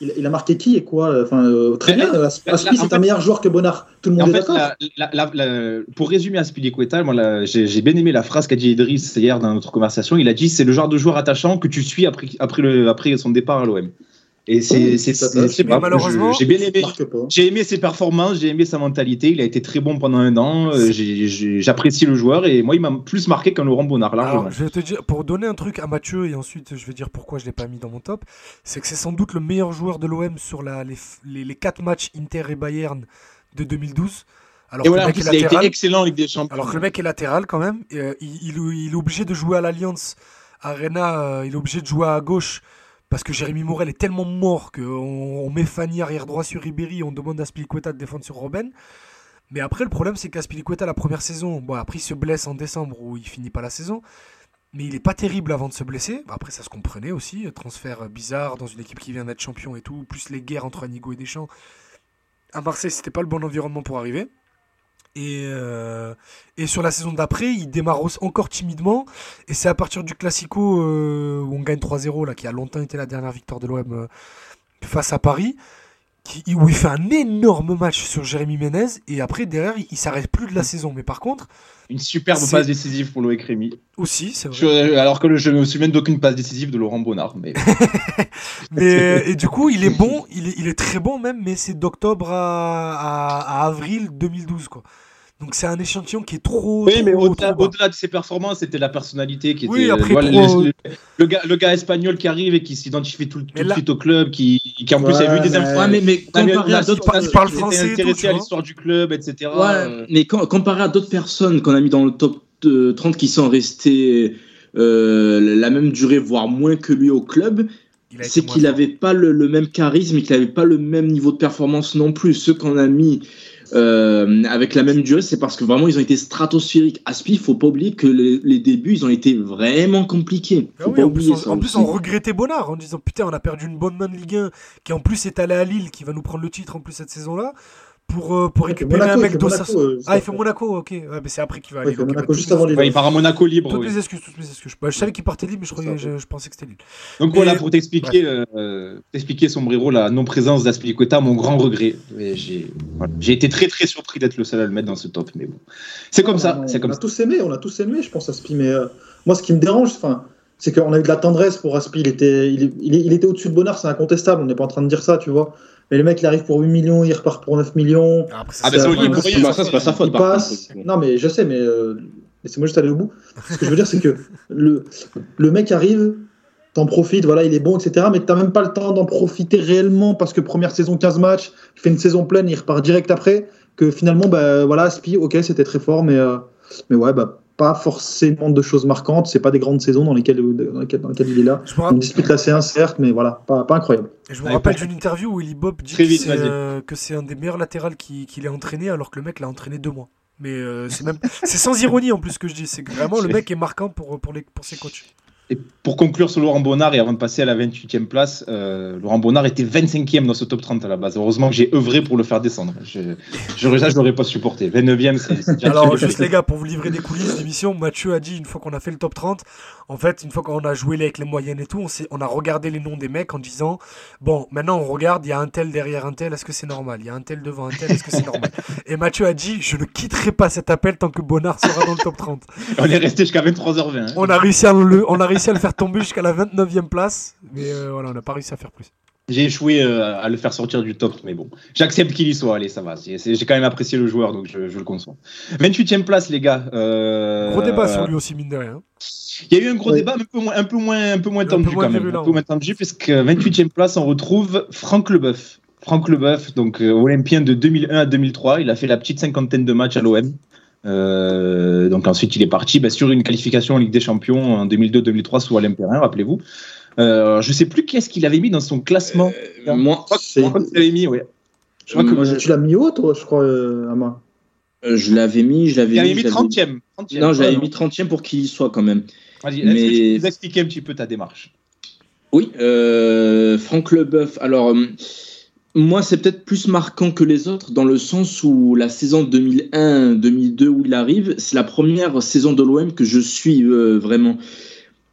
Il a marqué qui et quoi? Très bien, Aspi, c'est un meilleur joueur que Bonnard. Tout le monde est d'accord. Pour résumer Azpilicueta, moi, j'ai bien aimé la phrase qu'a dit Idriss hier dans notre conversation. Il a dit c'est le genre de joueur attachant que tu suis après son départ à l'O.M. Et c'est pas malheureusement, j'ai bien aimé. J'ai aimé ses performances, j'ai aimé sa mentalité. Il a été très bon pendant un an. J'apprécie le joueur et moi, il m'a plus marqué qu'un Laurent Bonnard. Alors, je vais te dire, pour donner un truc à Mathieu et ensuite je vais dire pourquoi je l'ai pas mis dans mon top, c'est que c'est sans doute le meilleur joueur de l'OM sur les 4 matchs Inter et Bayern de 2012. Alors et voilà, en plus, il a été excellent en Ligue des Champions. Alors que le mec est latéral quand même. Il est obligé de jouer à l'Allianz Arena. Il est obligé de jouer à gauche. Parce que Jérémy Morel est tellement mort qu'on met Fanny arrière droit sur Ribéry et on demande à Azpilicueta de défendre sur Robben. Mais après, le problème, c'est qu'Azpilicueta, la première saison, après, il se blesse en décembre où il finit pas la saison. Mais il est pas terrible avant de se blesser. Après, ça se comprenait aussi. Transfert bizarre dans une équipe qui vient d'être champion et tout. Plus les guerres entre Anigo et Deschamps. À Marseille, c'était pas le bon environnement pour arriver. Et sur la saison d'après, il démarre encore timidement. Et c'est à partir du Classico où on gagne 3-0, là, qui a longtemps été la dernière victoire de l'OM face à Paris, où il fait un énorme match sur Jérémy Ménez. Et après, derrière, il s'arrête plus de la saison. Mais par contre... Une superbe passe décisive pour Loïc Rémy. Aussi, c'est vrai. Alors que je me souviens d'aucune passe décisive de Laurent Bonnard. Et du coup, il est bon, il est très bon même, mais c'est d'octobre à avril 2012, quoi. Donc c'est un échantillon qui est trop. Oui, mais au-delà de ses performances, c'était la personnalité qui était. Oui, après, le gars espagnol qui arrive et qui s'identifie tout de suite au club, qui en plus a vu des infos. Mais comparé à d'autres personnes, parle français, intéressé à l'histoire du club, etc. Mais comparé à d'autres personnes qu'on a mis dans le top 30 qui sont restées la même durée, voire moins que lui au club, c'est qu'il n'avait pas le même charisme et qu'il n'avait pas le même niveau de performance non plus. Ceux qu'on a mis avec la même durée, c'est parce que vraiment ils ont été stratosphériques. Aspi, il faut pas oublier que les débuts ils ont été vraiment compliqués. En plus on regrettait Bonnard en disant putain, on a perdu une bonne main de Ligue 1 qui en plus est allé à Lille, qui va nous prendre le titre en plus cette saison-là. Pour récupérer un mec d'Osasuna. Il fait Monaco, ok. Ouais, mais c'est après qu'il va aller. Monaco juste avant Lille. Il part à Monaco libre. Toutes mes excuses. Je savais qu'il partait libre, mais je pensais que c'était Lille. Donc voilà, pour t'expliquer Sombrero, la non-présence d'Azpilicueta, mon grand regret. J'ai été très très surpris d'être le seul à le mettre dans ce top, mais bon. C'est comme ça. On a tous aimé, je pense, Aspi. Mais moi, ce qui me dérange, c'est qu'on a eu de la tendresse pour Aspi. Il était au-dessus de Bonnard, c'est incontestable. On n'est pas en train de dire ça, tu vois. Mais le mec, il arrive pour 8 millions, il repart pour 9 millions. Ça, c'est pas sa faute. Il passe. Non, mais je sais, mais laissez-moi juste aller au bout. Ce que je veux dire, c'est que le mec arrive, t'en profites, voilà, il est bon, etc. Mais t'as même pas le temps d'en profiter réellement parce que première saison, 15 matchs, il fait une saison pleine, il repart direct après. Que finalement, voilà, Aspi, ok, c'était très fort, mais ouais, pas forcément de choses marquantes. C'est pas des grandes saisons dans lesquelles il est là. On dispute la C1, certes, mais voilà, pas incroyable. Et je me rappelle d'une interview où Willy Bob dit que c'est un des meilleurs latérales qu'il a entraîné, alors que le mec l'a entraîné 2 mois. Mais c'est sans ironie en plus que je dis. C'est que vraiment le mec est marquant pour ses coachs. Et pour conclure sur Laurent Bonnard et avant de passer à la 28e place, Laurent Bonnard était 25e dans ce top 30 à la base. Heureusement que j'ai œuvré pour le faire descendre. Je l'aurais pas supporté. 29e, c'est déjà... Alors juste les gars, pour vous livrer des coulisses d'émission, Mathieu a dit une fois qu'on a fait le top 30, en fait, une fois qu'on a joué avec les moyennes et tout, on a regardé les noms des mecs en disant bon, maintenant on regarde, il y a un tel derrière un tel, est-ce que c'est normal? Il y a un tel devant un tel, est-ce que c'est normal? Et Mathieu a dit je ne quitterai pas cet appel tant que Bonnard sera dans le top 30. On est resté jusqu'à 23h20. Hein. On a réussi à le faire tomber jusqu'à la 29e place, mais voilà, on n'a pas réussi à faire plus. J'ai échoué à le faire sortir du top, mais bon, j'accepte qu'il y soit, allez, ça va. J'ai quand même apprécié le joueur, donc je le conçois. 28e place, les gars. Gros débat sur lui aussi, mine de rien. Il y a eu un gros débat, un peu moins tendu quand même. Un peu moins tendu, puisque 28e place, on retrouve Franck Leboeuf. Franck Leboeuf, donc olympien de 2001 à 2003, il a fait la petite 50aine de matchs à l'OM. Donc ensuite il est parti sur une qualification en Ligue des Champions en 2002-2003 sous Alain Perrin, rappelez-vous. Je sais plus qui est-ce qu'il avait mis dans son classement. Moi, je crois que tu l'avais mis, ouais. Je crois que tu l'as mis haut, toi, je crois, Ama. Je l'avais mis 30e. Non, j'avais mis 30e pour qu'il y soit quand même. Vas-y, est-ce que tu peux nous expliquer un petit peu ta démarche? Oui, Franck Leboeuf. Alors, moi, c'est peut-être plus marquant que les autres dans le sens où la saison 2001-2002 où il arrive, c'est la première saison de l'OM que je suis vraiment.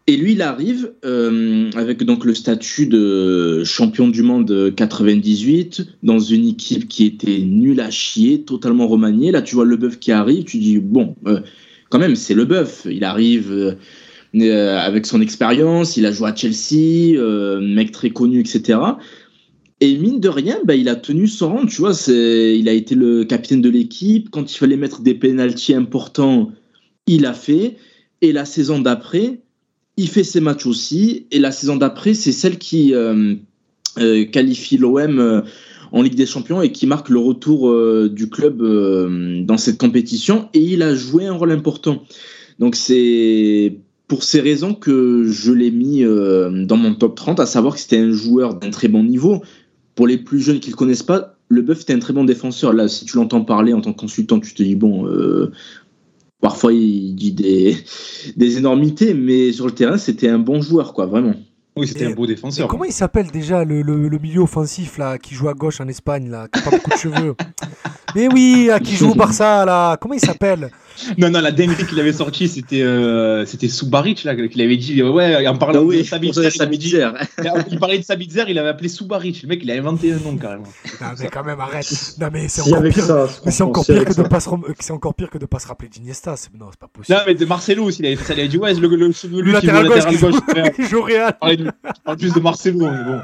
Et lui, il arrive avec donc le statut de champion du monde 98 dans une équipe qui était nulle à chier, totalement remaniée. Là, tu vois Leboeuf qui arrive, tu dis bon, quand même, c'est Leboeuf. Il arrive avec son expérience, il a joué à Chelsea, mec très connu, etc. Et mine de rien, il a tenu son rang. Tu vois, il a été le capitaine de l'équipe. Quand il fallait mettre des pénaltys importants, il a fait. Et la saison d'après, il fait ses matchs aussi, et la saison d'après, c'est celle qui qualifie l'OM en Ligue des Champions et qui marque le retour du club dans cette compétition, et il a joué un rôle important. Donc c'est pour ces raisons que je l'ai mis dans mon top 30, à savoir que c'était un joueur d'un très bon niveau. Pour les plus jeunes qui ne le connaissent pas, Leboeuf était un très bon défenseur. Là, si tu l'entends parler en tant que consultant, tu te dis bon... Parfois, il dit des énormités, mais sur le terrain, c'était un bon joueur, quoi, vraiment. Oui, c'était un beau défenseur. Comment il s'appelle déjà le milieu offensif là, qui joue à gauche en Espagne, là, qui n'a pas beaucoup de cheveux? Mais oui, qui joue au Barça, là. Comment il s'appelle? Non, la dinguerie qu'il avait sortie, c'était Subaric, là, qu'il avait dit, ouais, en parlant de Sabitzer. Il parlait de Sabitzer, il avait appelé Subaric. Le mec, il a inventé un nom, carrément. Non, mais quand même, arrête. Non, mais c'est encore pire. C'est encore pire que de pas se rappeler d'Iniesta. Non, c'est pas possible. Non, mais de Marcelo aussi, il avait dit, ouais, le latéral gauche. Il joue au Real. En plus de Marcelo, mais bon,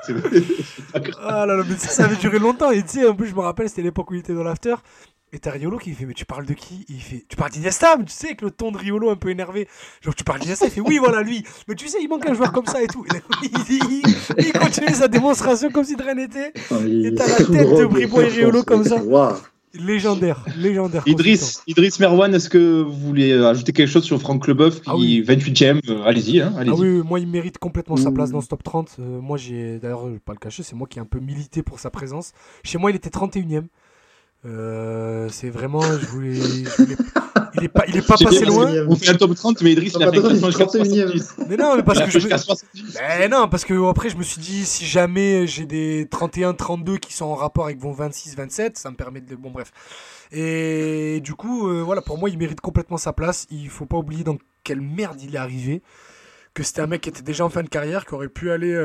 ah là là, mais ça avait duré longtemps. Et tu sais, en plus, je me rappelle, c'était l'époque où il était dans l'after. Et t'as Riolo qui fait, mais tu parles de qui? Il fait, tu parles d'Iniesta, mais tu sais, avec le ton de Riolo un peu énervé. Genre, tu parles d'Iniesta, il fait, oui, voilà, lui. Mais tu sais, il manque un joueur comme ça et tout. Il continue sa démonstration comme si de rien n'était. Et t'as la tête de Bribois et Riolo comme ça. Wow. Légendaire. Idriss Merwan, est-ce que vous voulez ajouter quelque chose sur Franck Leboeuf, qui est 28ème? Allez-y. Allez-y. Ah oui, moi, il mérite complètement sa place dans ce top 30. Moi, d'ailleurs, je ne vais pas le cacher, c'est moi qui ai un peu milité pour sa présence. Chez moi, il était 31ème. C'est vraiment, il est pas passé loin. On fait un top 30, mais Idriss, il a fait quasiment jusqu'à 70. Mais non, mais parce que après, je me suis dit, si jamais j'ai des 31, 32 qui sont en rapport avec vos 26, 27, ça me permet de... Bon, bref. Et du coup, voilà, pour moi, il mérite complètement sa place. Il faut pas oublier dans quelle merde il est arrivé. Que c'était un mec qui était déjà en fin de carrière, qui aurait pu aller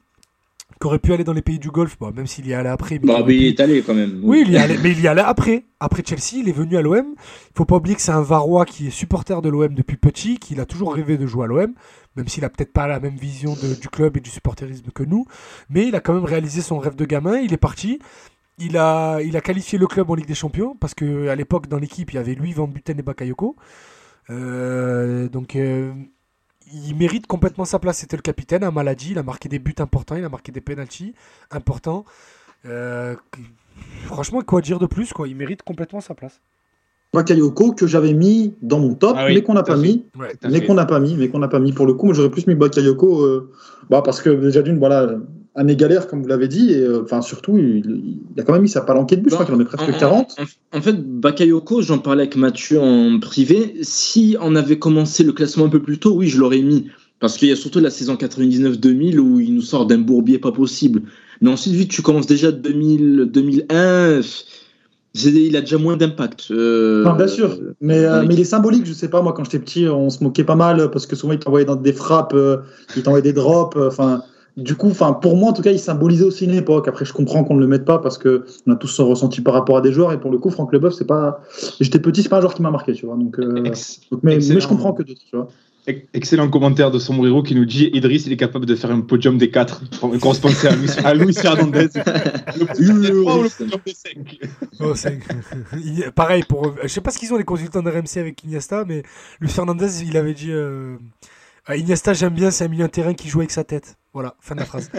dans les pays du Golfe, bon, même s'il y est allé après. Mais il est allé quand même. Oui, il y est allé après. Après Chelsea, il est venu à l'OM. Il faut pas oublier que c'est un Varois qui est supporter de l'OM depuis petit, qu'il a toujours rêvé de jouer à l'OM, même s'il a peut-être pas la même vision du club et du supporterisme que nous. Mais il a quand même réalisé son rêve de gamin. Il est parti. Il a qualifié le club en Ligue des Champions, parce qu'à l'époque, dans l'équipe, il y avait lui, Van Buten et Bakayoko. Il mérite complètement sa place. C'était le capitaine à Maladi. Il a marqué des buts importants. Il a marqué des pénaltys importants. Franchement, quoi dire de plus, quoi. Il mérite complètement sa place. Bakayoko que j'avais mis dans mon top, mais qu'on n'a pas mis. Mais qu'on n'a pas mis pour le coup. Moi, j'aurais plus mis Bakayoko parce que déjà d'une, voilà, année galère, comme vous l'avez dit, et surtout, il a quand même mis sa palanquée de but. Je crois qu'il en met presque 40. En fait, Bakayoko, j'en parlais avec Mathieu en privé. Si on avait commencé le classement un peu plus tôt, oui, je l'aurais mis. Parce qu'il y a surtout la saison 99-2000 où il nous sort d'un bourbier pas possible. Mais ensuite, vu que tu commences déjà 2000-2001, il a déjà moins d'impact. Non, bien sûr, mais il est symbolique. Je sais pas, moi, quand j'étais petit, on se moquait pas mal parce que souvent, il t'envoyait dans des frappes, il t'envoyait des drops. Du coup, pour moi, en tout cas, il symbolisait aussi une époque. Après, je comprends qu'on ne le mette pas parce qu'on a tous son ressenti par rapport à des joueurs. Et pour le coup, Franck Leboeuf, c'est pas. J'étais petit, c'est pas un joueur qui m'a marqué, tu vois. Mais je comprends que d'autres, tu vois. Excellent commentaire de Sombrero qui nous dit Idriss, il est capable de faire un podium des 4. Qu'on se pensait à Luis Fernandez. Le podium des 5. Pareil, je sais pas ce qu'ils ont les consultants de RMC avec Iniesta, mais Luis Fernandez, il avait dit Iniesta, j'aime bien, c'est un milieu de terrain qui joue avec sa tête. Voilà, fin de la phrase.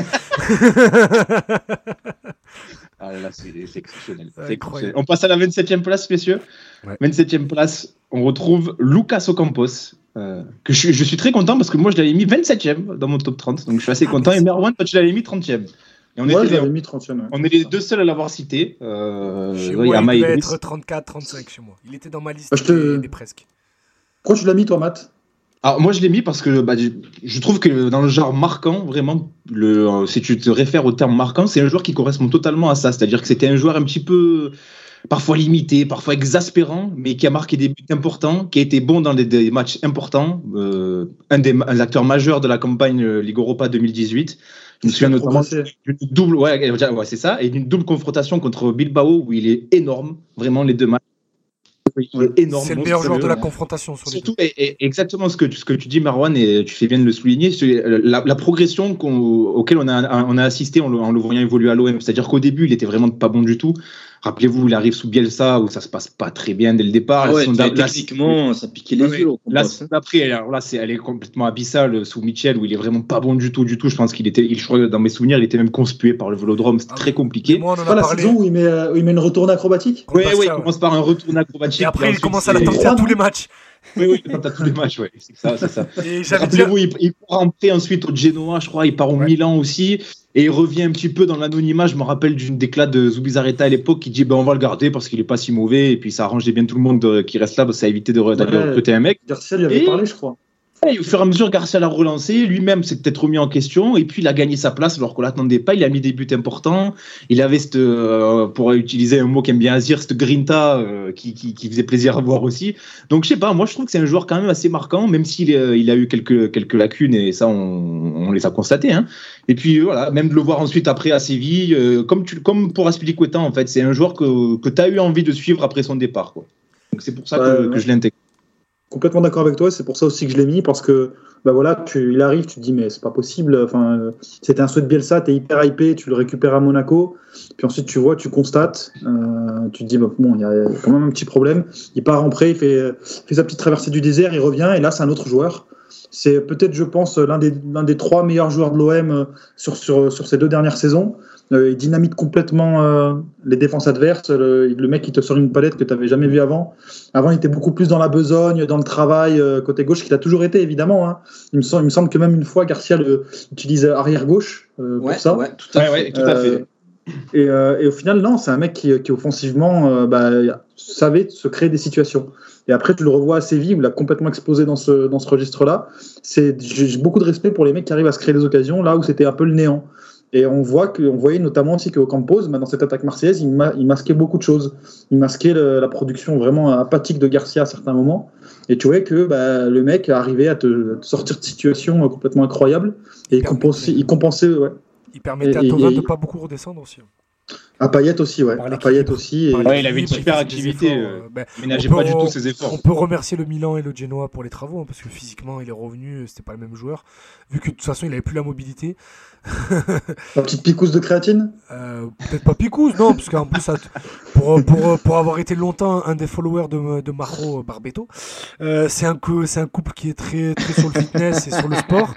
Ah là, c'est exceptionnel. On passe à la 27e place, messieurs. Ouais. 27e place, on retrouve Lucas Ocampos. Que je suis très content parce que moi je l'avais mis 27e dans mon top 30, donc je suis assez content. Et Merwan, toi tu l'avais mis 30e. Et je l'avais mis 30e. On est les deux seuls à l'avoir cité. Chez moi, il devait être 34-35 chez moi. Il était dans ma liste des presque. Pourquoi tu l'as mis, toi, Matt? Alors moi je l'ai mis parce que je trouve que dans le genre marquant, vraiment, si tu te réfères au terme marquant, c'est un joueur qui correspond totalement à ça. C'est-à-dire que c'était un joueur un petit peu parfois limité, parfois exaspérant, mais qui a marqué des buts importants, qui a été bon dans des matchs importants, un acteur majeur de la campagne Ligue Europa 2018. Je me souviens notamment d'une double, c'est ça, et d'une double confrontation contre Bilbao où il est énorme, vraiment les deux matchs. Énorme, c'est le meilleur joueur de la confrontation. Sur surtout, et exactement ce que tu dis, Marwan, et tu fais bien de le souligner, la progression auquel on a assisté en le voyant évoluer à l'OM. C'est-à-dire qu'au début, il était vraiment pas bon du tout. Rappelez-vous, il arrive sous Bielsa où ça se passe pas très bien dès le départ. Techniquement, ça piquait les yeux. Après, elle est complètement abyssale sous Michel où il est vraiment pas bon du tout. Je pense je crois, dans mes souvenirs, il était même conspué par le Vélodrome. C'était très compliqué. Moi, c'est pas la saison où il met une retourne acrobatique. Oui, il commence par un retourne acrobatique. Et après, il commence à la tenter à tous les matchs. Oui, il tente à tous les matchs, c'est ça. Rappelez-vous, il part rentrer ensuite au Genoa, je crois, il part au Milan aussi, et il revient un petit peu dans l'anonymat. Je me rappelle d'une déclat de Zubizarreta à l'époque qui dit on va le garder parce qu'il est pas si mauvais, et puis ça arrangeait bien tout le monde qui reste là, parce que ça a évité d'aller recruter un mec. Garcia lui avait parlé, je crois. Et au fur et à mesure, Garcia l'a relancé, lui-même s'est peut-être remis en question, et puis il a gagné sa place alors qu'on l'attendait pas. Il a mis des buts importants. Il avait pour utiliser un mot qu'aime bien Azir, cette grinta qui faisait plaisir à voir aussi. Donc je sais pas, moi je trouve que c'est un joueur quand même assez marquant, même s'il a eu quelques lacunes, et ça on les a constatées. Hein. Et puis voilà, même de le voir ensuite après à Séville, comme pour Azpilicueta en fait, c'est un joueur que tu as eu envie de suivre après son départ, quoi. Donc c'est pour ça que je l'intègre. Complètement d'accord avec toi, c'est pour ça aussi que je l'ai mis, parce que il arrive, tu te dis mais c'est pas possible, c'était un souhait de Bielsa, t'es hyper hypé, tu le récupères à Monaco, puis ensuite tu constates, tu te dis il y a quand même un petit problème, il part en prêt, il fait sa petite traversée du désert, il revient, et là c'est un autre joueur. C'est peut-être, je pense, l'un des 3 meilleurs joueurs de l'OM sur ces 2 dernières saisons. Il dynamite complètement les défenses adverses. Le mec, il te sort une palette que tu n'avais jamais vue avant. Avant, il était beaucoup plus dans la besogne, dans le travail, côté gauche, qu'il a toujours été, évidemment. Hein. Il me semble que même une fois, Garcia utilise arrière-gauche pour ça. Ouais, tout à fait. Et au final, non, c'est un mec qui offensivement savait se créer des situations. Et après, tu le revois à Séville où il a complètement explosé dans ce registre-là. J'ai beaucoup de respect pour les mecs qui arrivent à se créer des occasions là où c'était un peu le néant. Et on voyait notamment aussi qu'Ocampos, dans cette attaque marseillaise, il masquait beaucoup de choses. Il masquait la production vraiment apathique de Garcia à certains moments. Et tu voyais que le mec arrivait à te sortir de situations complètement incroyables. Et il compensait. Ouais. Il permettait à Thauvin de ne pas beaucoup redescendre aussi. À Payet aussi, ouais. À Payet aussi. Il avait une super activité. Il ménageait pas du tout ses efforts. On peut remercier le Milan et le Genoa pour les travaux, parce que physiquement, il est revenu, c'était pas le même joueur. Vu que de toute façon, il avait plus la mobilité. La petite picouse de créatine peut-être pas picouse, non, parce qu'en plus, pour avoir été longtemps un des followers de Marco Barbeto, c'est un couple qui est très, très sur le fitness et sur le sport.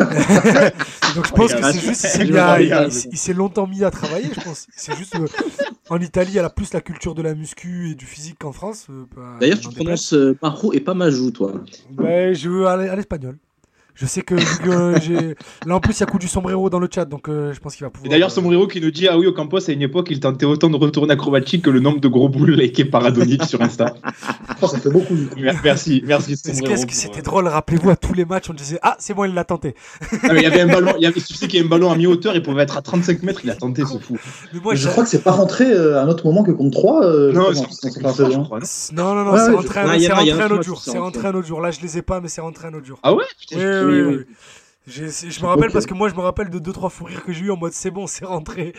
Donc je pense que c'est juste, il s'est longtemps mis à travailler, je pense. C'est juste, en Italie, elle a plus la culture de la muscu et du physique qu'en France. D'ailleurs, tu prononces Marco et pas Majou, toi. Je veux à l'espagnol. Je sais que là en plus il y a coup du sombrero dans le chat, donc je pense qu'il va pouvoir. Et d'ailleurs sombrero qui nous dit oui, Ocampos à une époque il tentait autant de retours acrobatiques que le nombre de gros boules likés par Adonic sur Insta. Ça fait beaucoup. Merci Sombrero. Qu'est-ce que c'était drôle, rappelez-vous à tous les matchs on disait c'est bon il l'a tenté. Mais il y avait un ballon, tu sais qu'il y a un ballon à mi-hauteur, il pouvait être à 35 mètres, il a tenté, c'est fou. Mais je crois que c'est pas rentré à un autre moment que contre 3. Non, c'est rentré un autre jour. Là je les ai pas mais c'est rentré un autre jour. Ah ouais. Oui. Je me rappelle parce que moi je me rappelle de 2-3 fous rires que j'ai eu en mode c'est bon, c'est rentré.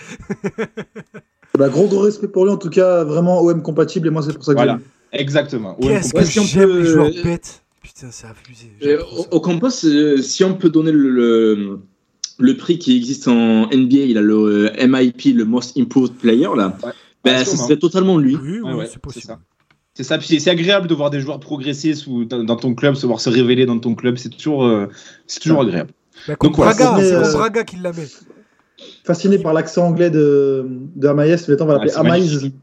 Gros respect pour lui en tout cas, vraiment OM compatible, et moi c'est pour ça que voilà, exactement. Qu'est-ce que j'aime les joueurs bêtes. Putain, c'est abusé. Ocampos, si on peut donner le prix qui existe en NBA, il a le MIP, le Most Improved Player là. Ouais. Ce serait totalement lui. Oui, c'est possible. C'est ça, puis c'est agréable de voir des joueurs progresser dans ton club, se voir se révéler dans ton club, c'est toujours agréable. Donc Braga, c'est Braga qui l'a mis. Fasciné par l'accent anglais de Amaïs, mais on va l'appeler Amaïs.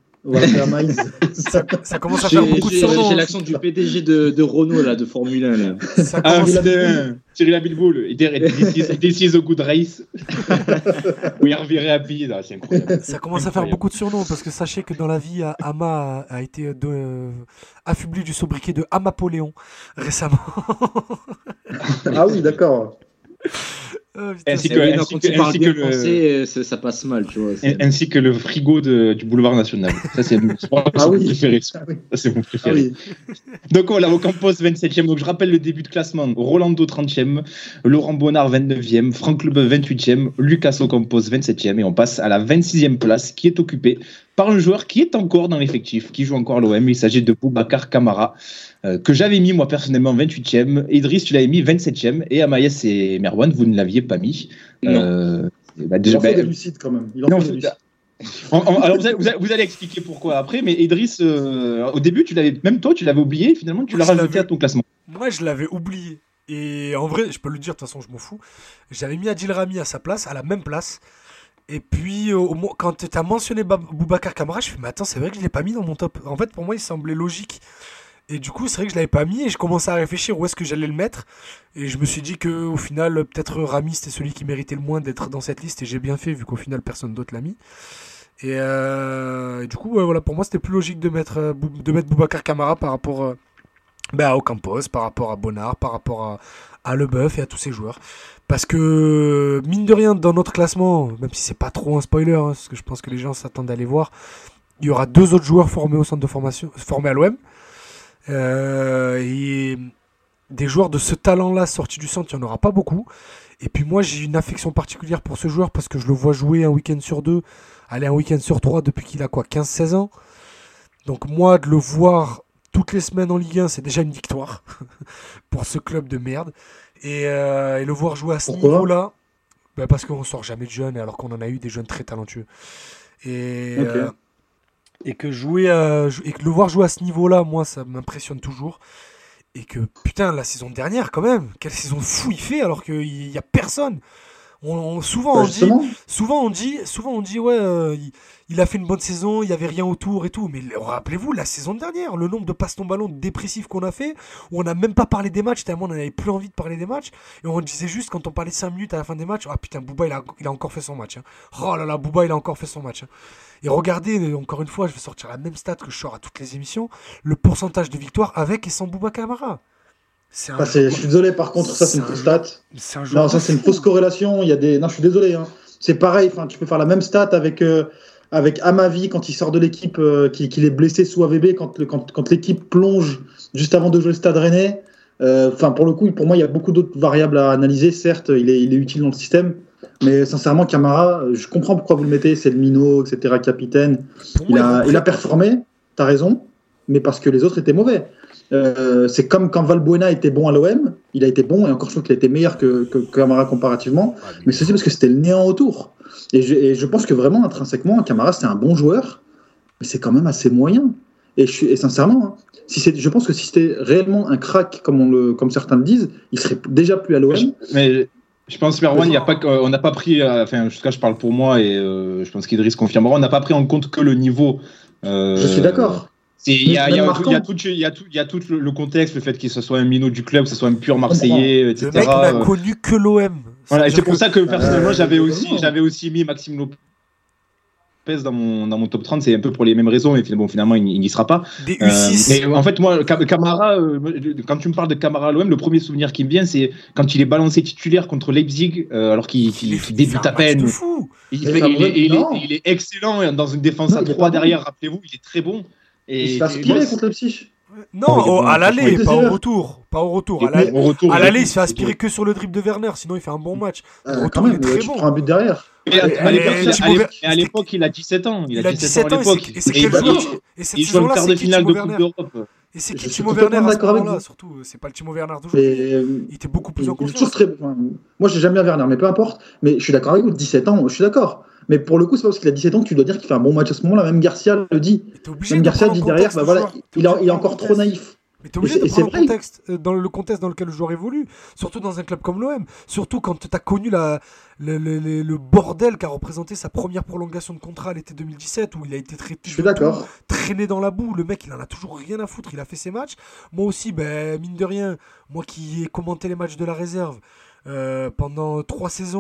Ça commence à faire beaucoup de surnoms. J'ai l'accent du PDG de Renault là, de Formule 1 là. Thierry Labilboul, this is a good race. We are very happy. C'est incroyable. Ça commence à faire beaucoup de surnoms parce que sachez que dans la vie, Ama a été affublé du sobriquet de Amapoléon récemment. Ah oui, d'accord. Ainsi Eh que, oui, non, ainsi quand que- tu parles ainsi bien que le, français, ça passe mal, tu vois. ainsi que le frigo du boulevard national. Ça, c'est mon Ah oui. préféré. Ah oui. Ça, c'est mon Ah préféré. oui. Donc voilà, Ocampos 27e. Donc je rappelle le début de classement. Rolando 30e, Laurent Bonnard 29e, Franck Leboeuf 28e, Lucas Ocampos 27e. Et on passe à la 26e place qui est occupée par un joueur qui est encore dans l'effectif, qui joue encore à l'OM. Il s'agit de Boubacar Kamara, que j'avais mis moi personnellement 28e. Idriss, tu l'avais mis 27e. Et Amaïs et Merwan, vous ne l'aviez pas mis. Non. Il en faut des lucides quand même. Il en non, faut des lucides. alors vous allez expliquer pourquoi après, mais Idriss, au début, même toi, tu l'avais oublié, finalement, tu Moi, l'as je rajouté l'avais- à ton classement. Moi, je l'avais oublié. Et en vrai, je peux le dire, de toute façon, je m'en fous. J'avais mis Adil Rami à sa place, à la même place. Et puis, quand tu as mentionné Boubacar Kamara, je me suis dit, mais attends, c'est vrai que je ne l'ai pas mis dans mon top. En fait, pour moi, il semblait logique. Et du coup, c'est vrai que je ne l'avais pas mis et je commençais à réfléchir où est-ce que j'allais le mettre. Et je me suis dit qu'au final, peut-être Rami, c'était celui qui méritait le moins d'être dans cette liste. Et j'ai bien fait, vu qu'au final, personne d'autre l'a mis. Et du coup, voilà, pour moi, c'était plus logique de mettre Boubacar Kamara par rapport à Ocampos, par rapport à Bonnard, par rapport à Leboeuf et à tous ces joueurs. Parce que, mine de rien, dans notre classement, même si c'est pas trop un spoiler, hein, parce que je pense que les gens s'attendent à aller voir, il y aura 2 autres joueurs formés au centre de formation, formés à l'OM. Et des joueurs de ce talent-là sortis du centre, il n'y en aura pas beaucoup. Et puis moi, j'ai une affection particulière pour ce joueur parce que je le vois jouer un week-end sur 2, aller un week-end sur 3 depuis qu'il a 15-16 ans. Donc moi, de le voir toutes les semaines en Ligue 1, c'est déjà une victoire pour ce club de merde. Et le voir jouer à ce Pourquoi niveau-là, parce qu'on sort jamais de jeunes, alors qu'on en a eu des jeunes très talentueux. Et, Ok. et que le voir jouer à ce niveau-là, moi, ça m'impressionne toujours. Et que, putain, la saison dernière, quand même, quelle saison fou il fait alors qu'il n'y a personne. Souvent, Bah, on justement. dit, ouais, il a fait une bonne saison, il n'y avait rien autour et tout. Mais rappelez-vous, la saison dernière, le nombre de passes ton ballon dépressifs qu'on a fait, où on n'a même pas parlé des matchs, tellement on n'avait plus envie de parler des matchs. Et on disait juste, quand on parlait 5 minutes à la fin des matchs, ah putain, Bouba, il a encore fait son match. Hein. Oh là là, Bouba, il a encore fait son match. Hein. Et regardez, encore une fois, je vais sortir la même stat que je sors à toutes les émissions, le pourcentage de victoire avec et sans Bouba Kamara. Je suis désolé, par contre, ça c'est une fausse stat. C'est un joueur Non, ça de c'est une fou. fausse corrélation. Non, je suis désolé. Hein. C'est pareil. Tu peux faire la même stat avec Amavi quand il sort de l'équipe, qu'il est blessé sous AVB, quand l'équipe plonge juste avant de jouer le Stade Rennais. Pour le coup, pour moi, il y a beaucoup d'autres variables à analyser. Certes, il est utile dans le système, mais sincèrement, Camara, je comprends pourquoi vous le mettez. C'est le minot, etc., capitaine. Pour moi, Il a performé. T'as raison, mais parce que les autres étaient mauvais. C'est comme quand Valbuena était bon à l'OM, il a été bon et encore je trouve qu'il a été meilleur que Camara comparativement, mais c'est aussi parce que c'était le néant autour. Et je pense que vraiment intrinsèquement, Camara c'est un bon joueur, mais c'est quand même assez moyen. Et sincèrement, hein, je pense que si c'était réellement un crack comme certains le disent, il serait déjà plus à l'OM. Mais je pense, Merwan, on n'a pas pris, jusqu'à je parle pour moi et je pense qu'Idriss confirmera, on n'a pas pris en compte que le niveau. Je suis d'accord. Il y a tout le contexte, le fait qu'il soit un minot du club, que ce soit un pur Marseillais, etc. Le mec n'a connu que l'OM. Voilà, et c'est pour ça que personnellement, j'avais aussi mis Maxime Lopez dans mon top 30, c'est un peu pour les mêmes raisons, mais finalement, il n'y sera pas. Des U6. Mais en fait, moi, Camara, quand tu me parles de Camara à l'OM, le premier souvenir qui me vient, c'est quand il est balancé titulaire contre Leipzig, alors qu'il débute à peine. Il est excellent dans une défense à 3 derrière, rappelez-vous, il est très bon. Et il se fait aspirer contre Leipzig. Non, à l'aller, pas au retour. Pas au retour. À l'aller, il se fait aspirer retour. que sur le dribble de Werner, sinon il fait un bon match. Au retour, il est très bon. Tu prends un but derrière. À l'époque, il a 17 ans. Il a 17 ans à l'époque. Et c'est quel joueur? Et cette il joue en saison-là, quart c'est de qui finale de Timo Coupe Werner? d'Europe. Et c'est qui Je suis Timo Werner totalement à ce d'accord avec moment-là, vous. surtout? C'est pas le Timo Werner d'aujourd'hui. Il était beaucoup plus en confiance. Moi, j'aime bien Werner, mais peu importe. Mais je suis d'accord avec vous, 17 ans, je suis d'accord. Mais pour le coup, c'est pas parce qu'il a 17 ans que tu dois dire qu'il fait un bon match à ce moment-là. Même Garcia le dit. Même Garcia dit derrière, il est encore trop naïf. Mais t'es obligé de prendre le contexte dans lequel le joueur évolue, surtout dans un club comme l'OM, surtout quand t'as connu le bordel qu'a représenté sa première prolongation de contrat à l'été 2017, où il a été traîné dans la boue. Le mec, il en a toujours rien à foutre, il a fait ses matchs. Moi aussi, mine de rien, moi qui ai commenté les matchs de la réserve pendant 3 saisons,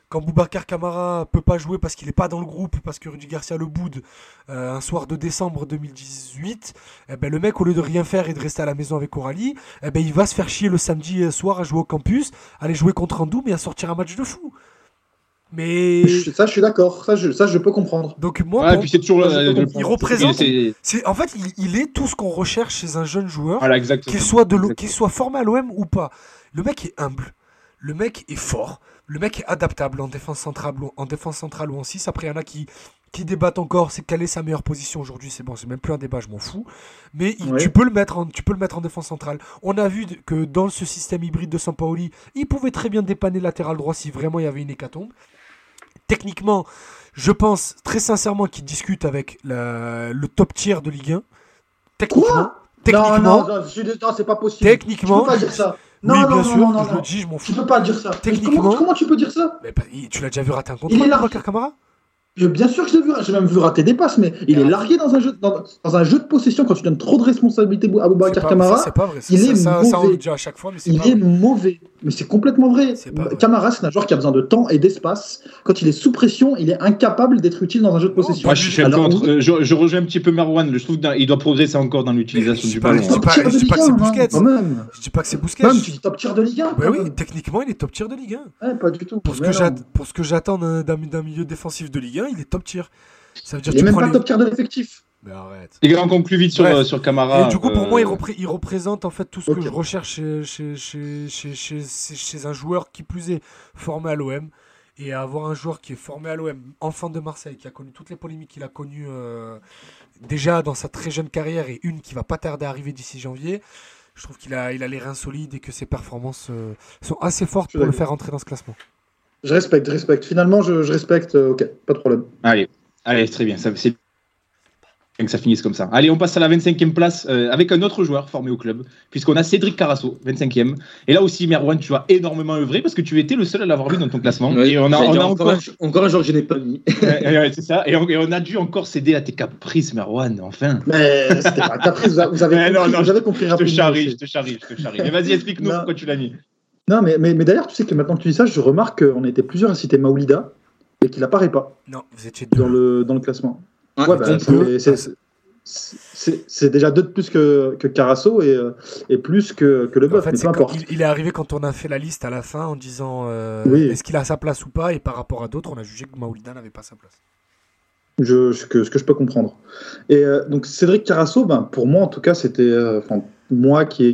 quand Boubacar Kamara peut pas jouer parce qu'il est pas dans le groupe, parce que Rudy Garcia le boude un soir de décembre 2018, eh ben, le mec, au lieu de rien faire et de rester à la maison avec Coralie, eh ben, il va se faire chier le samedi soir à jouer au campus, aller jouer contre Andoum et à sortir un match de fou. Mais ça, je suis d'accord. Ça, je peux comprendre. donc moi, Ouais, et puis c'est toujours il représente. c'est- En fait, il est tout ce qu'on recherche chez un jeune joueur, Voilà, exactement. qu'il soit formé à l'OM ou pas. Le mec est humble, le mec est fort, le mec est adaptable en défense centrale ou en 6. Après, il y en a qui débattent encore, c'est quelle est sa meilleure position aujourd'hui. C'est bon, c'est même plus un débat, je m'en fous. Mais Ouais. tu peux le mettre en défense centrale. On a vu que dans ce système hybride de Sampaoli, il pouvait très bien dépanner latéral droit si vraiment il y avait une hécatombe. Techniquement, je pense très sincèrement qu'il discute avec le top tier de Ligue 1. Techniquement, Non, c'est pas possible. Techniquement, Tu peux pas dire ça. oui, Non, bien non, sûr, non, non, je non. le dis, je m'en Tu fous. peux pas dire ça. Mais Techniquement- comment tu peux dire ça? Mais tu l'as déjà vu rater un Il contrôle, est large. Boubacar Kamara? Bien sûr que je l'ai vu, j'ai même vu rater des passes, mais il est largué dans un jeu de possession quand tu donnes trop de responsabilités à Boubacar Kamara. C'est pas vrai. il est ça, on mauvais. le dit à chaque fois, mais c'est Il pas est vrai. mauvais, mais c'est complètement vrai. C'est pas vrai. Kamara, c'est un joueur qui a besoin de temps et d'espace. Quand il est sous pression, il est incapable d'être utile dans un jeu de possession. Moi, je suis un peu je rejoins un petit peu Marwan. Je trouve qu'il doit progresser encore dans l'utilisation du ballon. Je dis pas que c'est Busquets. Quand même. Je dis pas que c'est Busquets. Même, tu dis top tier de Ligue 1. Bah oui, techniquement, il est top tier de Ligue 1. Ouais, pas du tout. Pour ce que j'attends d'un milieu défensif de Ligue 1, il est top tier. Ça veut dire Il est que tu même prends pas les... top tier de l'effectif. Mais arrête. Les gars, on conclut vite sur Kamara. Et du coup, pour moi, il représente en fait tout ce que Ok. je recherche chez un joueur qui plus est formé à l'OM. Et avoir un joueur qui est formé à l'OM, enfant de Marseille, qui a connu toutes les polémiques qu'il a connues déjà dans sa très jeune carrière et une qui va pas tarder à arriver d'ici janvier. Je trouve qu'il a les reins solides et que ses performances sont assez fortes pour le faire entrer dans ce classement. Je respecte. Finalement, je respecte. Ok, pas de problème. Allez, très bien. C'est bien que ça finisse comme ça. Allez, on passe à la 25e place avec un autre joueur formé au club, puisqu'on a Cédric Carasso, 25e. Et là aussi, Merwan, tu as énormément œuvré parce que tu étais le seul à l'avoir vu dans ton classement. Ouais, et on a encore un joueur que je n'ai pas mis. ouais, c'est ça. Et on a dû encore céder à tes caprices, Merwan, enfin. Mais c'était pas un caprice, vous avez compris rapidement. Je te charrie. Mais vas-y, explique-nous pourquoi tu l'as mis. Non, mais d'ailleurs, tu sais que maintenant que tu dis ça, je remarque qu'on était plusieurs à citer Maoulida et qu'il apparaît pas Non, vous étiez deux. dans le classement. Ouais, Ouais, bah, c'est déjà 2 de plus que Carasso et plus que le En Boeuf, fait, mais peu importe. il est arrivé quand on a fait la liste à la fin en disant Oui. est-ce qu'il a sa place ou pas, et par rapport à d'autres, on a jugé que Maoulida n'avait pas sa place. Ce que je peux comprendre. Et donc Cédric Carasso, pour moi en tout cas, c'était moi qui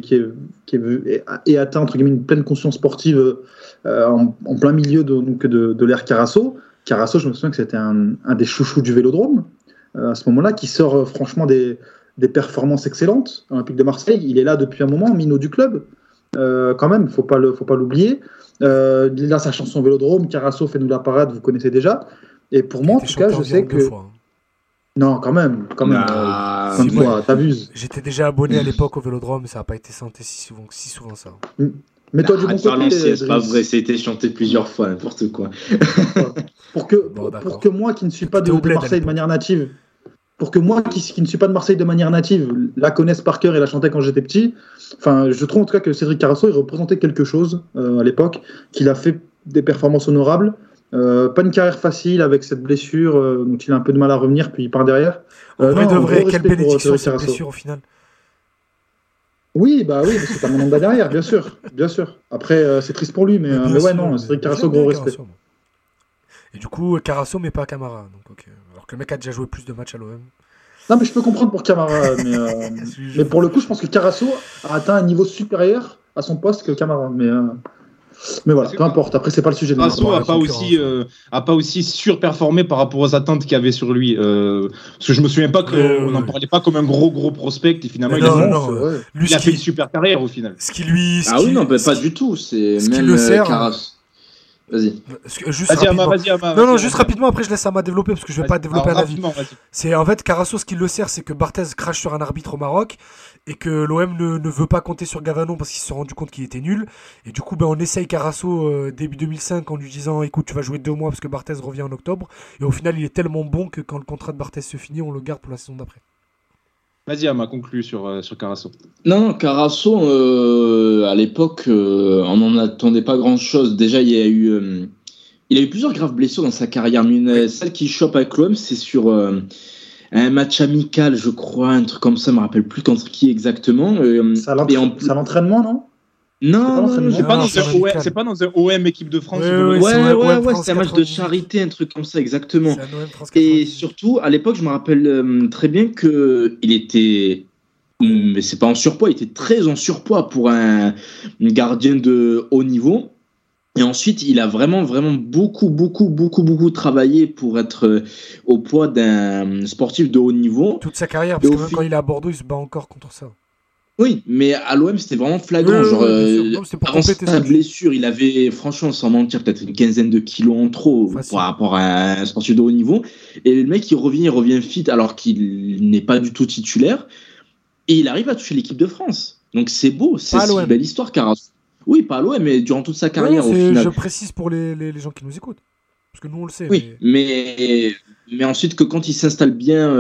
ai atteint entre guillemets une pleine conscience sportive en plein milieu de l'ère Carasso. Carasso, je me souviens que c'était un des chouchous du Vélodrome à ce moment-là, qui sort franchement des performances excellentes à l'Olympique de Marseille. Il est là depuis un moment, minot du club, quand même, faut pas l'oublier. Il a sa chanson Vélodrome, Carasso, fais-nous la parade, vous connaissez déjà. Et pour moi, en tout cas, je sais que... Non, quand même. Si, t'abuses. J'étais déjà abonné à l'époque au Vélodrome, ça n'a pas été chanté si souvent ça. Mais toi, du bon côté, c'est pas vrai, ça a été chanté plusieurs fois, n'importe quoi. pour que moi, qui ne suis pas de Marseille de manière native, pour que moi, qui ne suis pas de Marseille de manière native, la connaisse par cœur et la chantais quand j'étais petit, je trouve en tout cas que Cédric Carasso, il représentait quelque chose à l'époque, qu'il a fait des performances honorables. Pas une carrière facile avec cette blessure dont il a un peu de mal à revenir, puis il part derrière. De vrai, quelle bénédiction cette blessure au final. Oui, parce que t'as mon nom derrière, bien sûr. Après, c'est triste pour lui, mais ouais, non, Cédric Carasso, gros respect. Et du coup, Carasso, mais pas Camara. Donc, okay. Alors que le mec a déjà joué plus de matchs à l'OM. Non, mais je peux comprendre pour Camara, mais pour le coup, je pense que Carasso a atteint un niveau supérieur à son poste que Camara. Mais voilà, peu importe. Après, c'est pas le sujet de Carasso a pas aussi surperformé par rapport aux attentes qu'il y avait sur lui. Parce que je me souviens pas qu'on n'en parlait pas comme un gros prospect. Et finalement, il a fait une super carrière au final. Pas du tout. C'est même le sert. Carasso. Vas-y. Juste rapidement, après je laisse Ama développer parce que je vais pas développer un avis. C'est en fait Carasso, ce qui le sert, c'est que Barthez crache sur un arbitre au Maroc et que l'OM ne veut pas compter sur Gavanon parce qu'il s'est rendu compte qu'il était nul. Et du coup, on essaye Carasso début 2005 en lui disant écoute, tu vas jouer 2 mois parce que Barthez revient en octobre. Et au final, il est tellement bon que quand le contrat de Barthez se finit, on le garde pour la saison d'après. Vas-y, Ama, conclu sur Carasso. Non, Carasso, à l'époque, on n'en attendait pas grand-chose. Déjà, il y il a eu plusieurs graves blessures dans sa carrière, mais celle qui chope avec l'OM, c'est sur un match amical, je crois, un truc comme ça, je me rappelle plus contre qui exactement. C'est à l'entraînement, non? Non, c'est pas dans un OM équipe de France. Ouais, c'est un match de charité, un truc comme ça, exactement. Et surtout, à l'époque, je me rappelle très bien que il était, mais c'est pas en surpoids, il était très en surpoids pour un gardien de haut niveau. Et ensuite, il a vraiment beaucoup travaillé pour être au poids d'un sportif de haut niveau. Toute sa carrière, parce que même quand il est à Bordeaux, il se bat encore contre ça. Oui, mais à l'OM, c'était vraiment flagrant. Avant sa blessure, il avait, franchement, sans mentir, peut-être une quinzaine de kilos en trop par rapport à un sportif de haut niveau. Et le mec, il revient fit alors qu'il n'est pas du tout titulaire. Et il arrive à toucher l'équipe de France. Donc c'est beau, c'est une belle histoire, Carasso. Oui, pas à l'OM, mais durant toute sa carrière, au final. Je précise pour les gens qui nous écoutent. Parce que nous, on le sait. Oui, mais ensuite, que quand il s'installe bien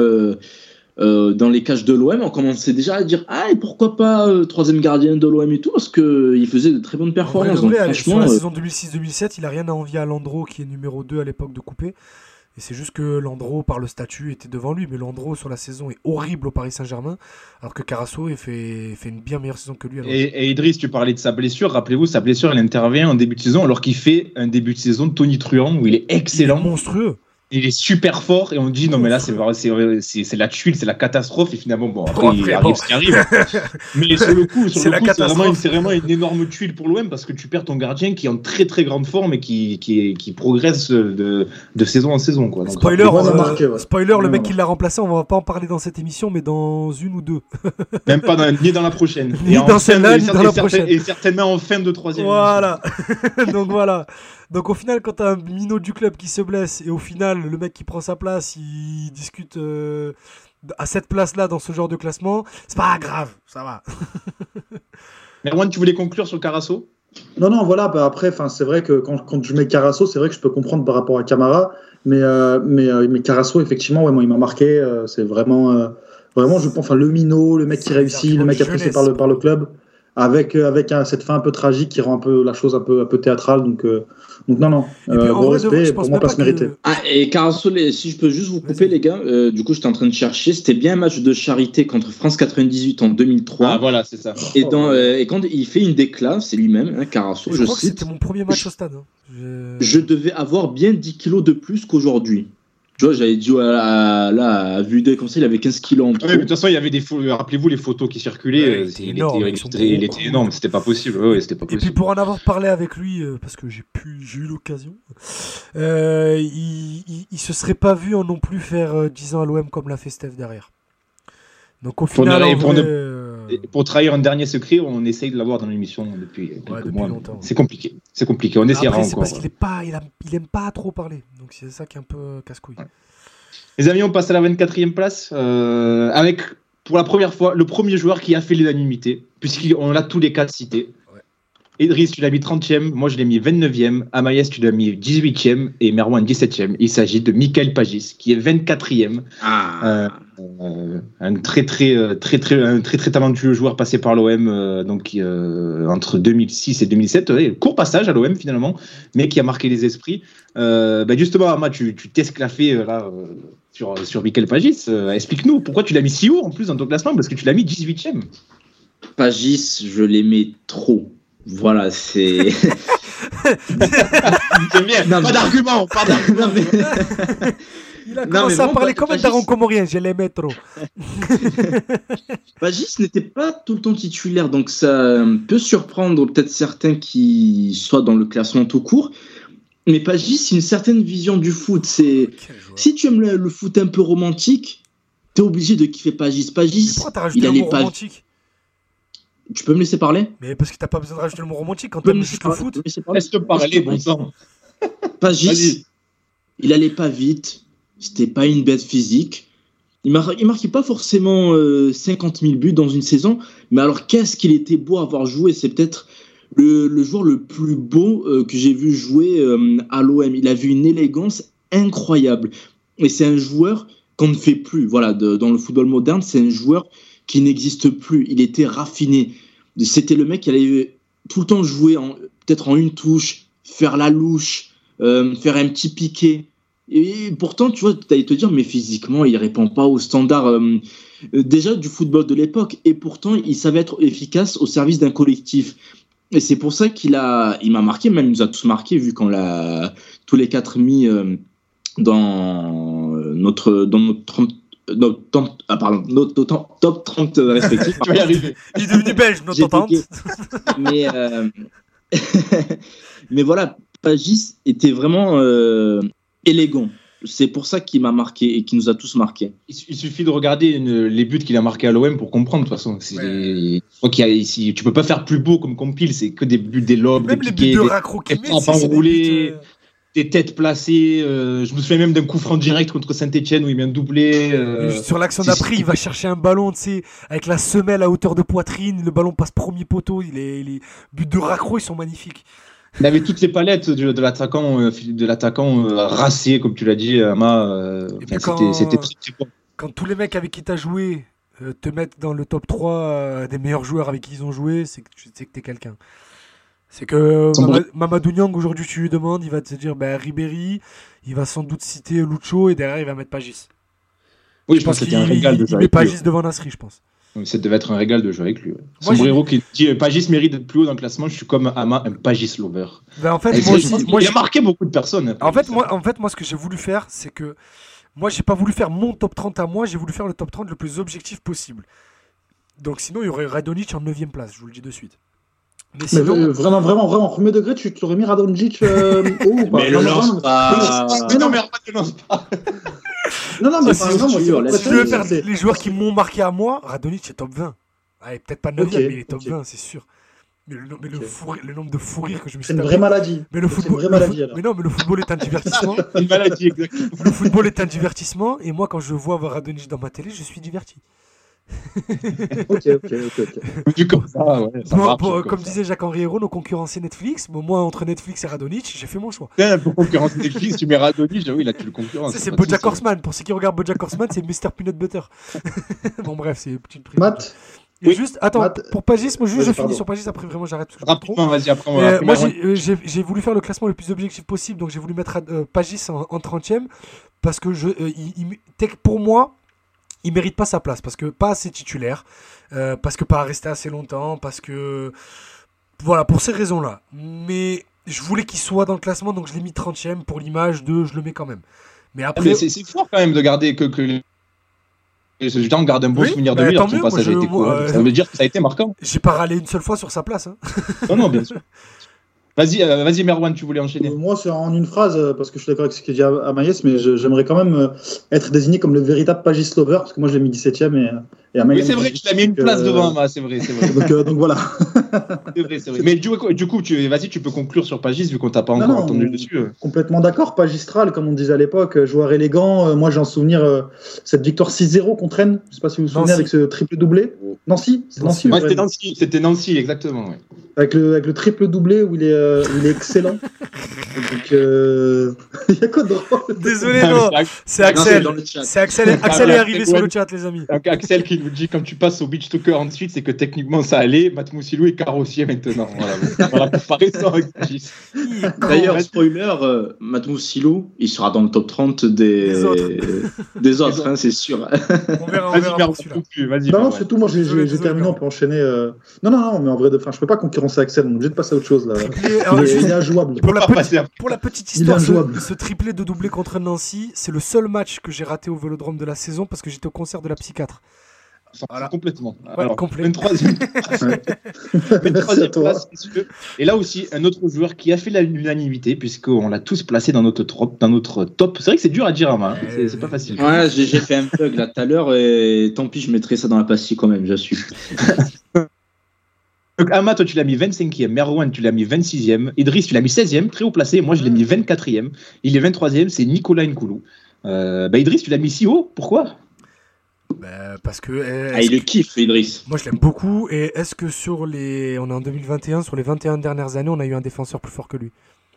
dans les cages de l'OM, on commençait déjà à dire et pourquoi pas troisième gardien de l'OM et tout, parce qu'il faisait de très bonnes performances. Donc, franchement, sur la saison 2006-2007, il n'a rien à envier à Landreau, qui est numéro 2 à l'époque de Coupé. Et c'est juste que Landreau, par le statut, était devant lui. Mais Landreau, sur la saison, est horrible au Paris Saint-Germain. Alors que Carasso fait une bien meilleure saison que lui. Et Idriss, tu parlais de sa blessure. Rappelez-vous, sa blessure, elle intervient en début de saison, alors qu'il fait un début de saison de Tony Truant, où il est excellent. Il est monstrueux. Il est super fort et on dit non mais là c'est la tuile, c'est la catastrophe et finalement après il arrive ce qui arrive. Mais sur le coup c'est vraiment une énorme tuile pour l'OM parce que tu perds ton gardien qui est en très très grande forme et qui progresse de saison en saison quoi. Donc, spoiler, le mec qui l'a remplacé, on va pas en parler dans cette émission mais dans une ou deux. Même pas ni dans la prochaine. Ni dans celle-là ni dans la prochaine. Et certainement en fin de troisième. Voilà. Donc voilà. Donc au final, quand t'as un minot du club qui se blesse et au final, le mec qui prend sa place, il discute à cette place-là dans ce genre de classement, c'est pas grave, ça va. Merwan, tu voulais conclure sur Carasso ? Non, voilà. Après, c'est vrai que quand je mets Carasso, c'est vrai que je peux comprendre par rapport à Camara, mais Carasso, effectivement, moi, il m'a marqué. C'est vraiment, je pense, le minot, le mec qui réussit, le mec apprécié par le club. Avec cette fin un peu tragique qui rend un peu la chose un peu théâtrale, donc non, gros respect, pour moi, passe mérité. Et Carasso, si je peux juste vous couper, les gars, du coup, j'étais en train de chercher, c'était bien un match de charité contre France 98 en 2003. Ah, voilà, c'est ça. Et quand il fait une décla, c'est lui-même, Carasso, je crois que c'était mon premier match au stade. Je devais avoir bien 10 kilos de plus qu'aujourd'hui. Tu vois, j'avais dit, là, à vue d'œil comme ça, il avait 15 kilos en tout. De toute façon, il y avait rappelez-vous les photos qui circulaient. Il était énorme, c'était pas possible. C'était pas possible. Et puis pour en avoir parlé avec lui, parce que j'ai eu l'occasion, il se serait pas vu non plus faire 10 ans à l'OM comme l'a fait Steph derrière. Donc au final, pour trahir un dernier secret, on essaye de l'avoir dans l'émission depuis quelques mois. Longtemps. C'est compliqué. On essaiera encore. C'est parce qu'il aime pas trop parler. Donc c'est ça qui est un peu casse-couille. Ouais. Les amis, on passe à la 24e place avec pour la première fois le premier joueur qui a fait l'unanimité, puisqu'on l'a tous les quatre cités. Idriss, tu l'as mis 30e, moi je l'ai mis 29e, Amaïs, tu l'as mis 18e et Merwan 17e. Il s'agit de Michael Pagis qui est 24e. Un très talentueux joueur passé par l'OM entre 2006 et 2007. Court passage à l'OM finalement, mais qui a marqué les esprits. Justement, Ama, tu t'esclaffais là sur Michael Pagis. Explique-nous pourquoi tu l'as mis si haut en plus dans ton classement, parce que tu l'as mis 18e. Pagis, je l'aimais trop. Voilà, c'est. J'aime bien. Non, pas d'argument. Il a commencé à parler comme un daron comorien, je l'aimais trop. Pagis n'était pas tout le temps titulaire, donc ça peut surprendre peut-être certains qui soient dans le classement tout court. Mais Pagis, c'est une certaine vision du foot. Si tu aimes le foot un peu romantique, t'es obligé de kiffer Pagis. Pagis, il allait pas. Romantique. Tu peux me laisser parler ? Mais parce que t'as pas besoin de rajouter le mot romantique quand t'aimes juste le foot. Laisse-le parler, bon sang. Pagis, il allait pas vite. C'était pas une bête physique. Il marquait pas forcément 50 000 buts dans une saison. Mais alors, qu'est-ce qu'il était beau à avoir joué. C'est peut-être le joueur le plus beau que j'ai vu jouer à l'OM. Il avait une élégance incroyable. Et c'est un joueur qu'on ne fait plus. Voilà, dans le football moderne, c'est un joueur qui n'existe plus. Il était raffiné. C'était le mec qui allait tout le temps jouer peut-être en une touche, faire la louche, faire un petit piqué. Et pourtant, tu vois, tu allais te dire, mais physiquement, il répond pas aux standards déjà du football de l'époque. Et pourtant, il savait être efficace au service d'un collectif. Et c'est pour ça il m'a marqué, même il nous a tous marqué, vu qu'on l'a tous les quatre mis dans notre top 30 respectifs. Tu vas y arriver. Il est devenu belge, notre tante. Mais voilà, Pagis était vraiment élégant. C'est pour ça qu'il m'a marqué et qu'il nous a tous marqués. Il suffit de regarder les buts qu'il a marqués à l'OM pour comprendre, de toute façon. Tu peux pas faire plus beau comme compile, c'est que des buts, des lobes, même des piquets, les buts de raccro qu'il met, pas enroulés, des têtes placées. Je me souviens même d'un coup franc direct contre Saint-Etienne où il vient de doubler. Sur l'action d'après, il va chercher un ballon, tu sais, avec la semelle à hauteur de poitrine, le ballon passe premier poteau, les buts de raccro, ils sont magnifiques. Il avait toutes les palettes de l'attaquant racé, comme tu l'as dit, Ama. C'était très, très bon. Quand tous les mecs avec qui tu as joué te mettent dans le top 3 des meilleurs joueurs avec qui ils ont joué, c'est que tu sais que tu es quelqu'un. C'est que Mamadou Niang, aujourd'hui, tu lui demandes, il va te dire Ribéry, il va sans doute citer Lucho et derrière, il va mettre Pagis. Oui, je pense que c'était un régal de jouer. Il met Pagis devant Nasri, je pense. Ça devait être un régal de jouer avec lui. Ouais. Sombrero qui dit Pagis mérite d'être plus haut dans le classement. Je suis comme Ama, un Pagis lover. En fait, il a marqué beaucoup de personnes. En fait, moi, ce que j'ai voulu faire, c'est que moi, j'ai pas voulu faire mon top 30 à moi, j'ai voulu faire le top 30 le plus objectif possible. Donc sinon, il y aurait Radonjic en 9ème place, je vous le dis de suite. Mais sinon, vraiment, premier degré, tu l'aurais mis Radonjic haut ou pas? Mais le lance pas. Mais non, mais ne lance pas. Non, mais par exemple, si je veux faire les joueurs qui m'ont marqué à moi, Radonjic est top 20. Allez, peut-être pas 9ème, mais il est top 20, c'est sûr. Mais le nombre de fous rires que je me suis tapé. C'est une vraie maladie. Mais le football, mais le football est un divertissement. Une maladie, exactement. Le football est un divertissement, et moi, quand je vois Radonjic dans ma télé, je suis diverti. Ok. Vu comme ça, ouais. Comme disait Jacques-Henri Hérault, nos concurrents c'est Netflix. Mais moi, entre Netflix et Radonjic, j'ai fait mon choix. Pour concurrencer Netflix, tu mets Radonjic, oui, là tu le concurrences. C'est BoJack Horseman. Pour ceux qui regardent BoJack Horseman, c'est Mr. Peanut Butter. Bon, bref, c'est une petite prise. Matt. Et juste, attends, pour Pagis, moi je finis sur Pagis, après vraiment j'arrête. Rapidement, vas-y, après moi j'ai voulu faire le classement le plus objectif possible, donc j'ai voulu mettre Pagis en 30ème, parce que pour moi, il mérite pas sa place, parce que pas assez titulaire, parce que pas resté assez longtemps, parce que... Voilà, pour ces raisons-là. Mais je voulais qu'il soit dans le classement, donc je l'ai mis 30ème pour l'image de je le mets quand même. Mais après... c'est fort quand même de garder que les gens gardent un bon souvenir de lui, alors son passage a été cool. Ça veut dire que ça a été marquant. J'ai pas râlé une seule fois sur sa place. Hein. Non, bien sûr. Vas-y Merwan, tu voulais enchaîner. Moi, c'est en une phrase, parce que je suis d'accord avec ce que dit Amaïs, mais j'aimerais quand même être désigné comme le véritable Pagis lover, parce que moi je l'ai mis 17ème et Amaïs. Oui, c'est vrai, tu l'as mis une place devant Ama, c'est vrai. donc voilà. C'est vrai. Mais du coup, tu peux conclure sur Pagis, vu qu'on t'a pas encore entendu dessus. Complètement d'accord, Pagistral, comme on disait à l'époque, joueur élégant. Moi, j'ai en souvenir cette victoire 6-0 contre Rennes, je sais pas si vous vous souvenez, avec ce triple doublé. Nancy, c'est Nancy. Ouais, c'était Nancy, exactement. Ouais. Avec le triple doublé où il est excellent. Donc, il y a quoi de drôle? Désolé, non, c'est Axel. C'est Axel est arrivé sur le chat, les amis. Donc, Axel qui nous dit quand tu passes au beach soccer ensuite, c'est que techniquement ça allait. Matt Moussilou est carrossier maintenant. Voilà, comparaison avec Pagis. D'ailleurs, spoiler, Matt Moussilou, il sera dans le top 30 des autres, hein, c'est sûr. On verra. Vas-y. Non, c'est tout. Moi, j'ai terminé. On peut enchaîner. Non, mais en vrai, je peux pas concurrencer Axel. On est obligé de passer à autre chose là. Il est injouable. Pour la petite histoire, ce triplé de doublé contre Nancy, c'est le seul match que j'ai raté au Vélodrome de la saison parce que j'étais au concert de la psychiatre. Voilà. Complètement. Ouais, alors, complet. 23e place. Et là aussi, un autre joueur qui a fait l'unanimité, puisqu'on l'a tous placé dans notre top. C'est vrai que c'est dur à dire, Ama. C'est pas facile. Ouais, j'ai fait un bug là tout à l'heure et tant pis, je mettrai ça dans la pastille quand même, j'assume. Donc Ama, toi tu l'as mis 25e, Merwan tu l'as mis 26e, Idriss tu l'as mis 16e, très haut placé, moi je l'ai mis 24e, il est 23e, c'est Nicolas Nkoulou. Idriss tu l'as mis si haut, pourquoi? Parce que... il le kiffe Idriss. Moi je l'aime beaucoup, et est-ce que on est en 2021, sur les 21 dernières années, on a eu un défenseur plus fort que lui?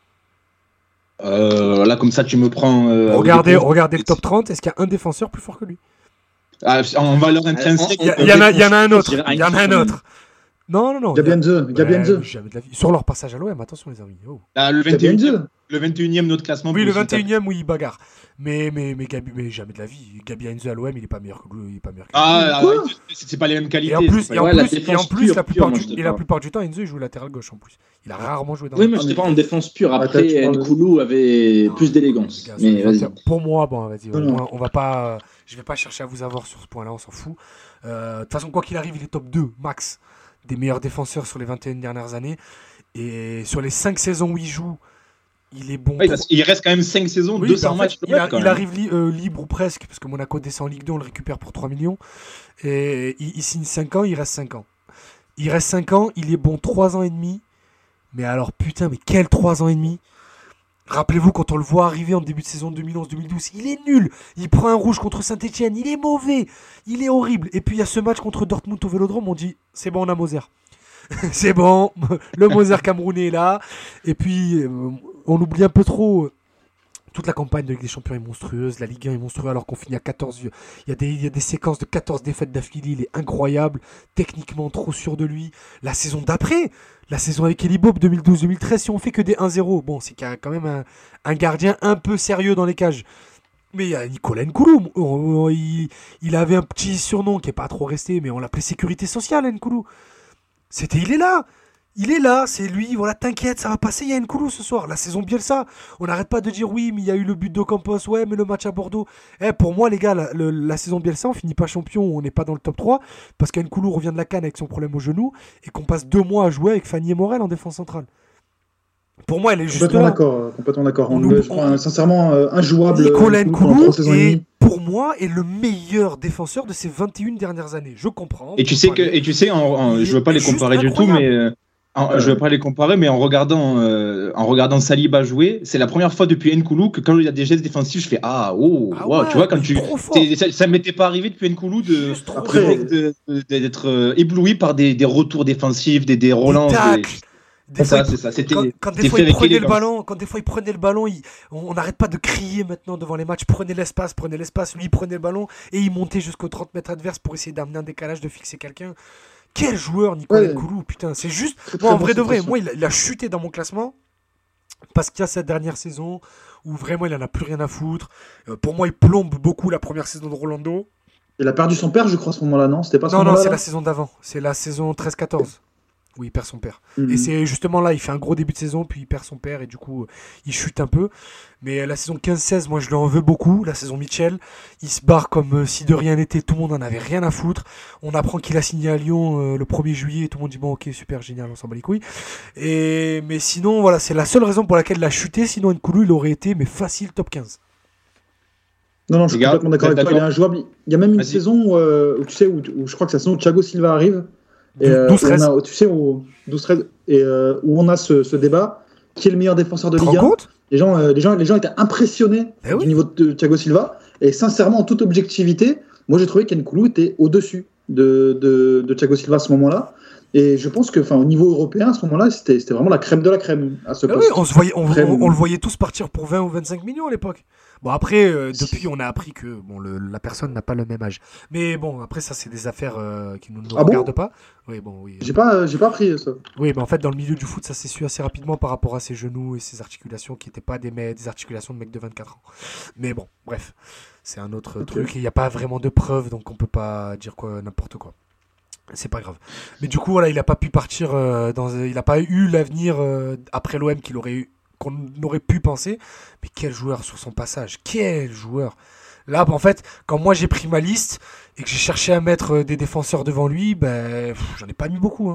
Là comme ça tu me prends... regardez le top 30, est-ce qu'il y a un défenseur plus fort que lui? En valeur intrinsèque... Il y en a un autre. Non. Gabi Enze. Jamais de la vie. Sur leur passage à l'OM, attention les amis. Oh. Ah, le 21e de notre classement. Oui, le 21e, oui, il bagarre. Mais jamais de la vie. Gabi Enze à l'OM, il est pas meilleur que lui. C'est pas les mêmes qualités. Et en plus, la plupart du temps, Enze il joue latéral gauche en plus. Il a rarement joué dans. Oui, mais je te parle en défense pure. Après, Nkoulou avait plus d'élégance. Mais pour moi, bon, vas-y, on va pas. Je vais pas chercher à vous avoir sur ce point-là, on s'en fout. De toute façon, quoi qu'il arrive, il est top 2 max des meilleurs défenseurs sur les 21 dernières années. Et sur les 5 saisons où il joue, il est bon. Ouais, il reste quand même 5 saisons, 200 matchs. Il arrive libre ou presque, parce que Monaco descend en Ligue 2, on le récupère pour 3 millions. Et il signe 5 ans, il reste 5 ans. Il reste 5 ans, il est bon 3 ans et demi. Mais alors, putain, mais quel 3 ans et demi! Rappelez-vous, quand on le voit arriver en début de saison 2011-2012, il est nul. Il prend un rouge contre Saint-Etienne, il est mauvais, il est horrible. Et puis il y a ce match contre Dortmund au Vélodrome, on dit, c'est bon, on a Moser. C'est bon, le Moser camerounais est là. Et puis, on oublie un peu trop. Toute la campagne de Ligue des Champions est monstrueuse, la Ligue 1 est monstrueuse alors qu'on finit à 14. Il y a des séquences de 14 défaites d'affilée, il est incroyable, techniquement trop sûr de lui. La saison d'après, la saison avec Eli Bob 2012-2013, si on fait que des 1-0, bon, c'est qu'il y a quand même un gardien un peu sérieux dans les cages. Mais il y a Nicolas Nkoulou, il avait un petit surnom qui n'est pas trop resté, mais on l'appelait sécurité sociale, Nkoulou. Il est là, c'est lui, voilà, t'inquiète, ça va passer, il y a Nkoulou ce soir. La saison Bielsa, on n'arrête pas de dire oui, mais il y a eu le but d'Ocampos, ouais, mais le match à Bordeaux. Pour moi, les gars, la saison Bielsa, on finit pas champion, on n'est pas dans le top 3, parce qu'Nkoulou revient de la CAN avec son problème au genou, et qu'on passe 2 mois à jouer avec Fanny et Morel en défense centrale. Pour moi, elle est juste complètement d'accord. Je crois sincèrement injouable. Nicolas Nkoulou pour moi est le meilleur défenseur de ces 21 dernières années. Je comprends. Et tu sais je veux pas les comparer du tout, mais je veux pas les comparer, mais en regardant Saliba jouer, c'est la première fois depuis Nkoulou que quand il y a des gestes défensifs, je fais wow, tu vois, quand ça m'était pas arrivé depuis Nkoulou d'être ébloui par des retours défensifs, des relances. Quand des fois il prenait le ballon, on n'arrête pas de crier maintenant devant les matchs, prenez l'espace, lui il prenait le ballon et il montait jusqu'aux 30 mètres adverses pour essayer d'amener un décalage, de fixer quelqu'un. Quel joueur Nicolas Nkoulou, putain, c'est juste, moi en vrai de vrai, moi il a chuté dans mon classement parce qu'il y a cette dernière saison où vraiment il en a plus rien à foutre. Pour moi il plombe beaucoup la première saison de Rolando. Il a perdu son père je crois à ce moment-là, non? C'était pas ce moment-là? Non, c'est la saison d'avant, c'est la saison 13-14. Oui, il perd son père. Et c'est justement là, il fait un gros début de saison, puis il perd son père, et du coup, il chute un peu. Mais la saison 15-16, moi, je lui en veux beaucoup. La saison Michel, il se barre comme si de rien n'était. Tout le monde en avait rien à foutre. On apprend qu'il a signé à Lyon le 1er juillet. Tout le monde dit, bon, ok, super, génial, on s'en bat les couilles. Mais sinon, voilà, c'est la seule raison pour laquelle il a chuté. Sinon, Nkoulou, il aurait été, mais facile, top 15. Non, je suis complètement d'accord avec toi. Il est injouable. Il y a même une saison où tu sais, où je crois que c'est la saison où Thiago Silva arrive. 12-13. Tu sais, 12-13, où on a ce débat, qui est le meilleur défenseur de Ligue 1. Les gens étaient impressionnés du niveau de Thiago Silva. Et sincèrement, en toute objectivité, moi j'ai trouvé qu'Nkoulou était au-dessus de Thiago Silva à ce moment-là. Et je pense que, au niveau européen, à ce moment-là, c'était vraiment la crème de la crème à ce poste. Oui, on le voyait tous partir pour 20 ou 25 millions à l'époque. Bon, après, depuis, on a appris que la personne n'a pas le même âge. Mais bon, après, ça, c'est des affaires qui ne nous regardent pas. Oui, bon, oui. J'ai pas appris ça. Oui, mais en fait, dans le milieu du foot, ça s'est su assez rapidement par rapport à ses genoux et ses articulations qui n'étaient pas des articulations de mecs de 24 ans. Mais bon, bref, c'est un autre truc. Il n'y a pas vraiment de preuves, donc on peut pas dire n'importe quoi. C'est pas grave. Mais du coup, voilà, il n'a pas pu partir il n'a pas eu l'avenir après l'OM qu'on aurait pu penser. Mais quel joueur sur son passage, quel joueur. Là, en fait, quand moi j'ai pris ma liste et que j'ai cherché à mettre des défenseurs devant lui, j'en ai pas mis beaucoup.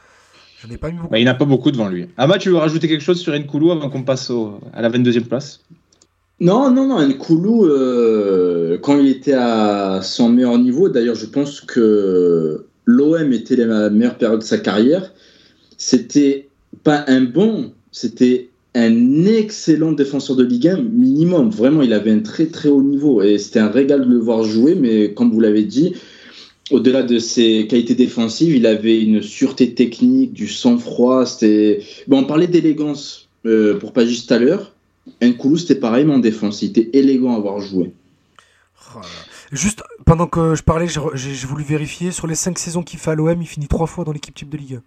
Il n'a pas beaucoup devant lui. Ama, tu veux rajouter quelque chose sur Nkoulou avant qu'on passe à la 22e place? Non, Nkoulou, quand il était à son meilleur niveau, d'ailleurs, je pense que l'OM était la meilleure période de sa carrière. C'était pas un bon, c'était un excellent défenseur de Ligue 1 minimum. Vraiment, il avait un très très haut niveau et c'était un régal de le voir jouer. Mais comme vous l'avez dit, au-delà de ses qualités défensives, il avait une sûreté technique, du sang-froid. On parlait d'élégance pour Pagis tout à l'heure. Nkoulou, c'était pareil, mais en défense. Il était élégant à voir jouer. Juste pendant que je parlais, j'ai voulu vérifier. Sur les 5 saisons qu'il fait à l'OM, il finit 3 fois dans l'équipe type de Ligue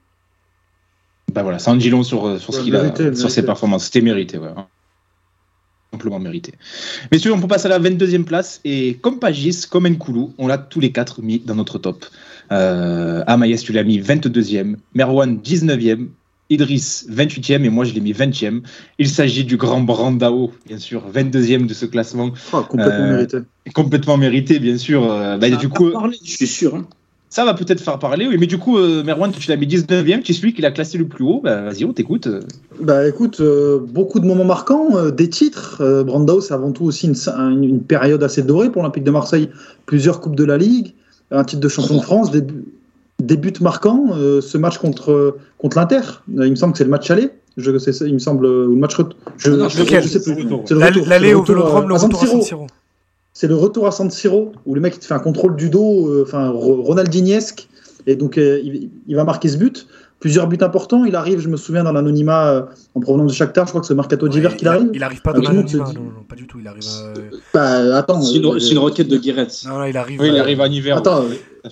1. Bah voilà, ça en dit long sur ce qu'il a, sur ses performances. C'était mérité, ouais. Simplement mérité. Messieurs, on peut passer à la 22e place. Et comme Pagis, comme Nkoulou, on l'a tous les 4 mis dans notre top. Amaïs, tu l'as mis 22e. Merwan, 19e. Idriss, 28e. Et moi, je l'ai mis 20e. Il s'agit du grand Brandao, bien sûr, 22e de ce classement. Complètement mérité. Complètement mérité, bien sûr. Du coup, parler, je suis sûr. Hein. Ça va peut-être faire parler, oui. Mais du coup, Merwan, tu l'as mis 19e. Tu es celui qui l'a classé le plus haut. Vas-y, on t'écoute. Écoute, beaucoup de moments marquants, des titres. Brandao, c'est avant tout aussi une période assez dorée pour l'Olympique de Marseille. Plusieurs coupes de la Ligue, un titre de champion de France, des buts marquants. Ce match contre l'Inter, il me semble que c'est le match aller. Il me semble, ou le match retour. Je sais plus. L'aller au Vélodrome, le retour à San Siro. C'est le retour à San Siro où le mec il te fait un contrôle du dos, Ronaldinhesque, et donc il va marquer ce but. Plusieurs buts importants. Il arrive, je me souviens, dans l'anonymat en provenance de Shakhtar. Je crois que c'est le mercato d'hiver qu'il arrive. Il arrive pas dans l'anonymat, non, pas du tout. Il arrive. Attends. C'est une requête de Guéret. Non, il arrive. Oui, il arrive en hiver. Attends,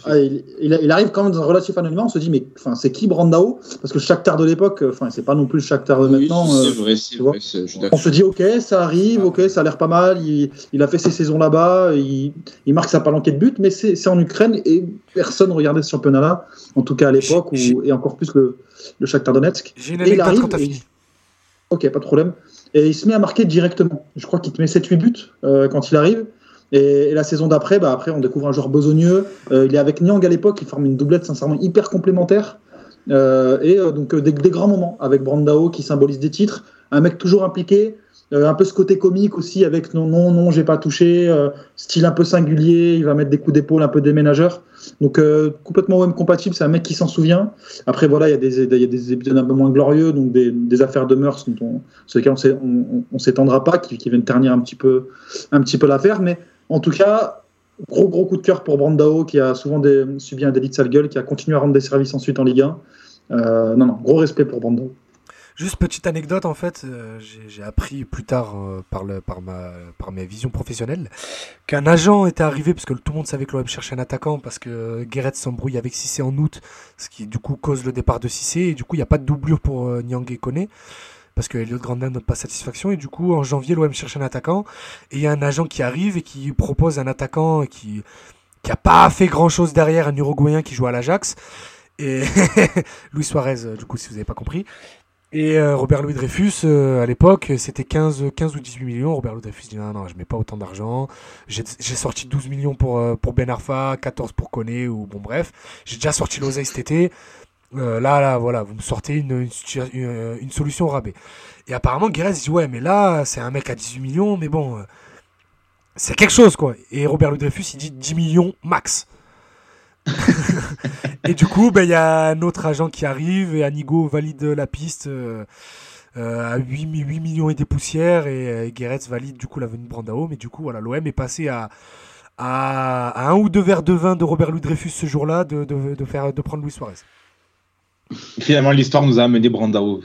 il arrive quand même dans un relatif anonymat. On se dit, mais c'est qui Brandao ? Parce que le Shakhtar de l'époque, c'est pas non plus le Shakhtar de maintenant. C'est vrai, c'est vrai. On se dit, ok, ça arrive, ok, ça a l'air pas mal. Il a fait ses saisons là-bas. Il marque sa palanquée de buts, mais c'est en Ukraine et personne regardait ce championnat-là. En tout cas à l'époque, et encore plus le Shakhtar Donetsk. J'ai une anecdote quand t'as fini. Ok, pas de problème. Et il se met à marquer directement. Je crois qu'il te met 7-8 buts quand il arrive. Et la saison d'après, après, on découvre un joueur besogneux. Il est avec Niang à l'époque. Il forme une doublette sincèrement hyper complémentaire. Donc des grands moments avec Brandao qui symbolise des titres. Un mec toujours impliqué. Un peu ce côté comique aussi avec non, j'ai pas touché. Style un peu singulier. Il va mettre des coups d'épaule un peu déménageurs. Donc complètement OM compatible. C'est un mec qui s'en souvient. Après, voilà, il y a des épisodes un peu moins glorieux. Donc des affaires de mœurs sur lesquelles on s'étendra pas, qui viennent ternir un petit peu l'affaire. Mais en tout cas, gros coup de cœur pour Brandao qui a souvent subi un délit de sale gueule, qui a continué à rendre des services ensuite en Ligue 1. Gros respect pour Brandao. Juste petite anecdote, en fait, j'ai appris plus tard par mes visions professionnelles qu'un agent était arrivé, parce que tout le monde savait que l'OM cherchait un attaquant, parce que Guéret s'embrouille avec Cissé en août, ce qui du coup cause le départ de Cissé, et du coup il n'y a pas de doublure pour Niang et Koné, parce que Elliot Grandin n'a pas satisfaction, et du coup en janvier l'OM cherche un attaquant, et il y a un agent qui arrive et qui propose un attaquant qui a pas fait grand chose derrière, un Uruguayen qui joue à l'Ajax, et Luis Suarez, du coup si vous n'avez pas compris. Et Robert Louis Dreyfus, à l'époque, c'était 15 ou 18 millions. Robert Louis Dreyfus dit non, je mets pas autant d'argent. J'ai sorti 12 millions pour Ben Arfa, 14 pour Koné, ou bon bref. J'ai déjà sorti l'oseille cet été. Là, voilà, vous me sortez une solution au rabais. Et apparemment, Guéret dit ouais, mais là, c'est un mec à 18 millions, mais bon, c'est quelque chose, quoi. Et Robert Louis Dreyfus, il dit 10 millions max. Et du coup, y a un autre agent qui arrive et Anigo valide la piste à 8 millions et des poussières, et Guéret valide du coup la venue de Brandao. Mais du coup, voilà, l'OM est passé à un ou deux verres de vin de Robert Louis Dreyfus ce jour-là de prendre Luis Suarez. Finalement, l'histoire nous a amené Brandao.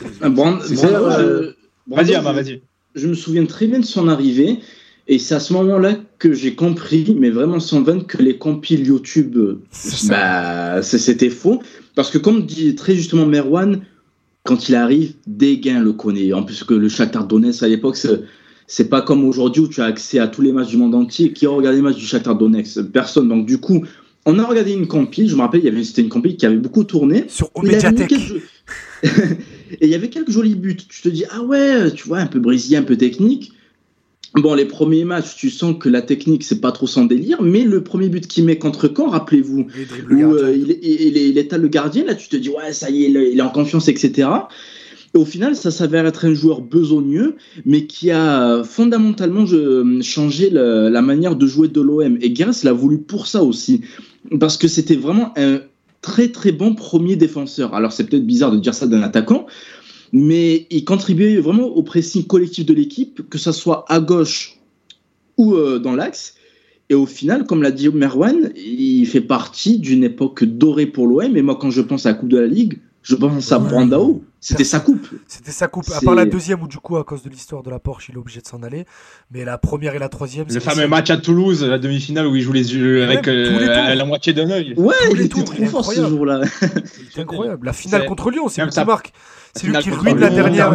Vas-y, Ama, vas-y. Je me souviens très bien de son arrivée. Et c'est à ce moment-là que j'ai compris, mais vraiment sans vanne, que les compiles YouTube, c'était faux. Parce que comme dit très justement Merwan, quand il arrive, dégain le connaît. En plus que le Shakhtar Donetsk à l'époque, c'est pas comme aujourd'hui où tu as accès à tous les matchs du monde entier. Qui a regardé les matchs du Shakhtar Donetsk ? Personne. Donc du coup, on a regardé une compile. Je me rappelle, c'était une compile qui avait beaucoup tourné. Sur Mediatek. Et il y avait quelques jolis buts. Tu te dis, ah ouais, tu vois, un peu brésilien, un peu technique. Bon, les premiers matchs, tu sens que la technique, c'est pas trop son délire, mais le premier but qu'il met contre Caen, rappelez-vous, où il étale le gardien, là, tu te dis, ouais, ça y est, il est en confiance, etc. Et au final, ça s'avère être un joueur besogneux, mais qui a fondamentalement changé la manière de jouer de l'OM. Et Guéret l'a voulu pour ça aussi, parce que c'était vraiment un très très bon premier défenseur. Alors, c'est peut-être bizarre de dire ça d'un attaquant, mais il contribuait vraiment au pressing collectif de l'équipe, que ça soit à gauche ou dans l'axe. Et au final, comme l'a dit Merwan, il fait partie d'une époque dorée pour l'OM. Et moi, quand je pense à la Coupe de la Ligue, je pense à Brandao. C'était sa coupe. C'était sa coupe. À part la deuxième où du coup, à cause de l'histoire de la Porsche, il est obligé de s'en aller. Mais la première et la troisième... Le fameux match à Toulouse, la demi-finale où il joue les yeux avec la moitié d'un œil. Ouais, il était trop fort ce jour-là. C'est incroyable. La finale contre Lyon, c'est lui qui marque. C'est lui qui ruine la dernière.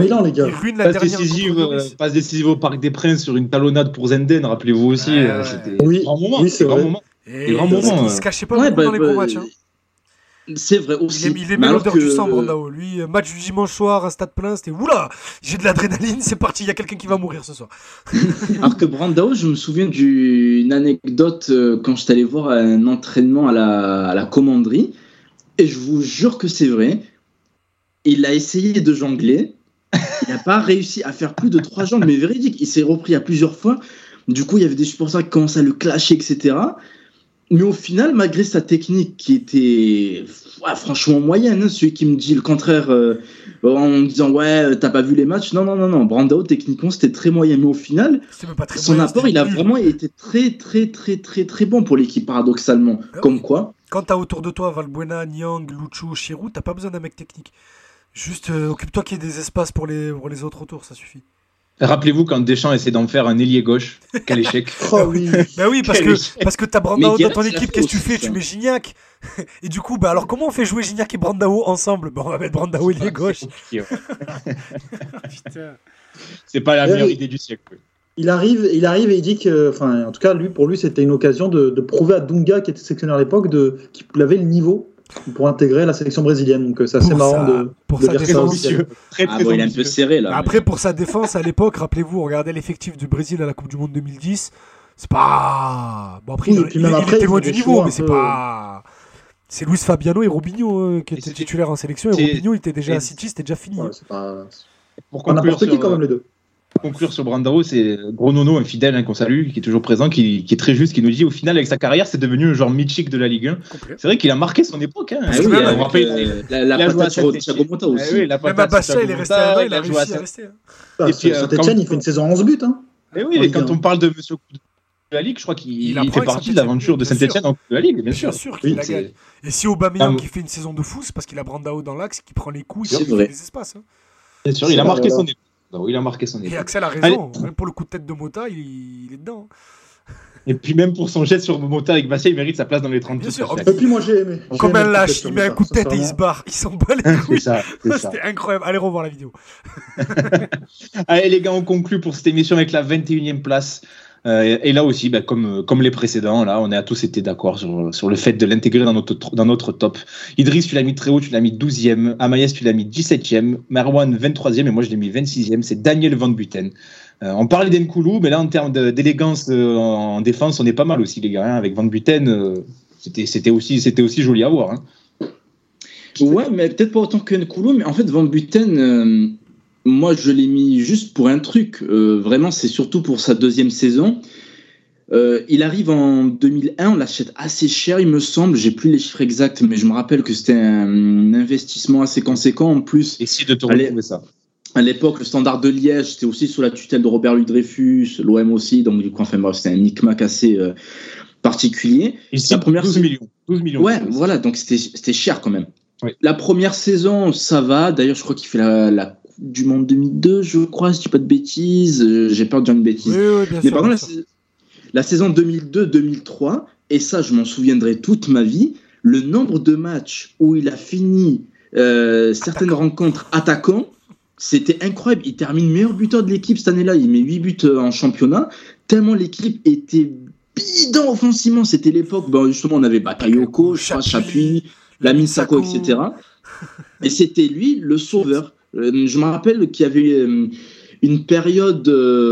Passe décisive au Parc des Princes sur une talonnade pour Zenden, rappelez-vous aussi. C'était un grand moment. C'est un grand moment. Il se cachait pas beaucoup dans les gros matchs. C'est vrai aussi. Il aimait l'odeur du sang, Brandao. Lui, match du dimanche soir, un stade plein, c'était oula, j'ai de l'adrénaline, c'est parti, il y a quelqu'un qui va mourir ce soir. Alors que Brandao, je me souviens d'une anecdote quand je suis allé voir un entraînement à la commanderie, et je vous jure que c'est vrai. Il a essayé de jongler, il n'a pas réussi à faire plus de 3 jongles, mais véridique, il s'est repris à plusieurs fois. Du coup, il y avait des supporters qui commençaient à le clasher, etc. Mais au final, malgré sa technique qui était franchement moyenne, celui qui me dit le contraire en me disant ouais, t'as pas vu les matchs, non. Brandao, techniquement, c'était très moyen. Mais au final, son apport, il a vraiment été très bon pour l'équipe, paradoxalement. Comme quoi. Quand t'as autour de toi Valbuena, Niang, Luchu, Chirou, t'as pas besoin d'un mec technique. Juste occupe-toi qu'il y ait des espaces pour les autres autour, ça suffit. Rappelez-vous quand Deschamps essaie d'en faire un ailier gauche, quel échec. Oh oui. Bah oui, parce que t'as Brandao dans ton équipe, qu'est-ce que tu fais? Tu mets Gignac. Et du coup, alors comment on fait jouer Gignac et Brandao ensemble? On va mettre Brandao ailier gauche. Putain. C'est pas la meilleure idée du siècle. Il arrive et il dit que, en tout cas, pour lui, c'était une occasion de prouver à Dunga, qui était sélectionneur à l'époque, qu'il avait le niveau pour intégrer la sélection brésilienne. Donc c'est assez marrant de dire ça aussi. Il est un peu serré là. Après, pour sa défense, à l'époque, rappelez-vous, regardez l'effectif du Brésil à la Coupe du Monde 2010. C'est pas... Bon, après, il était loin du niveau, mais c'est pas... C'est Luis Fabiano et Robinho qui étaient titulaires en sélection. Et Robinho, il était déjà à City, c'était déjà fini. Ouais, c'est pas... Pour n'importe qui, quand même, les deux. Pour conclure sur Brandao, c'est Gros Nono, un fidèle qu'on salue, qui est toujours présent, qui est très juste, qui nous dit au final, avec sa carrière, c'est devenu un joueur mythique de la Ligue 1. Complet. C'est vrai qu'il a marqué son époque. La patate sur Thiago Motta aussi. Même Abacha, il est resté là-bas, il a réussi à rester. Et puis Saint-Etienne, il fait une saison à 11 buts. Et oui, et quand on parle de Monsieur Coupe de la Ligue, je crois qu'il fait partie de l'aventure de Saint-Etienne en Coupe de la Ligue, bien sûr. Bien sûr qu'il la gagne. Et si Aubameyang qui fait une saison de fou, c'est parce qu'il a Brandao dans l'axe, qui prend les coups, il fait des espaces. Bien sûr, il a marqué son époque. Il a marqué son époque. Et Axel a raison, même pour le coup de tête de Motta, il est dedans. Et puis même pour son geste sur Motta avec Bastia, il mérite sa place dans les 30. Bien sûr. Et puis moi j'ai aimé. Comme un lâche, il met un coup de tête et il se barre. Il s'en bat les couilles. C'était incroyable. Allez revoir la vidéo. Allez les gars, on conclut pour cette émission avec la 21e place. Et là aussi, comme les précédents, là, on a tous été d'accord sur le fait de l'intégrer dans notre top. Idriss, tu l'as mis très haut, tu l'as mis 12e. Amaïs, tu l'as mis 17e. Merwan, 23e. Et moi, je l'ai mis 26e. C'est Daniel Van Buiten. On parlait d'Nkoulou, mais là, en termes d'élégance en défense, on est pas mal aussi, les gars. Avec Van Buiten, c'était aussi joli à voir. Ouais, mais peut-être pas autant que Nkoulou. Mais en fait, Van Buiten... moi, je l'ai mis juste pour un truc. Vraiment, c'est surtout pour sa deuxième saison. Il arrive en 2001, on l'achète assez cher, il me semble. J'ai plus les chiffres exacts, mais je me rappelle que c'était un investissement assez conséquent en plus. Essaye de te retrouver ça. À l'époque, le Standard de Liège, c'était aussi sous la tutelle de Robert Louis Dreyfus, l'OM aussi. Donc, du coup, c'était un micmac assez particulier. La première 12 millions. Ouais, voilà, donc c'était cher quand même. Oui. La première saison, ça va. D'ailleurs, je crois qu'il fait la du Monde 2002, je crois, si je dis pas de bêtises. J'ai peur de dire une bêtise. Oui, bien mais sûr, par contre, la saison 2002-2003, et ça, je m'en souviendrai toute ma vie, le nombre de matchs où il a fini certaines rencontres attaquant, c'était incroyable. Il termine meilleur buteur de l'équipe cette année-là. Il met 8 buts en championnat, tellement l'équipe était bidon offensivement. C'était l'époque, justement, on avait Bakayoko, Chapuis, Lamine Sako, etc. Et c'était lui le sauveur. Je me rappelle qu'il y avait une période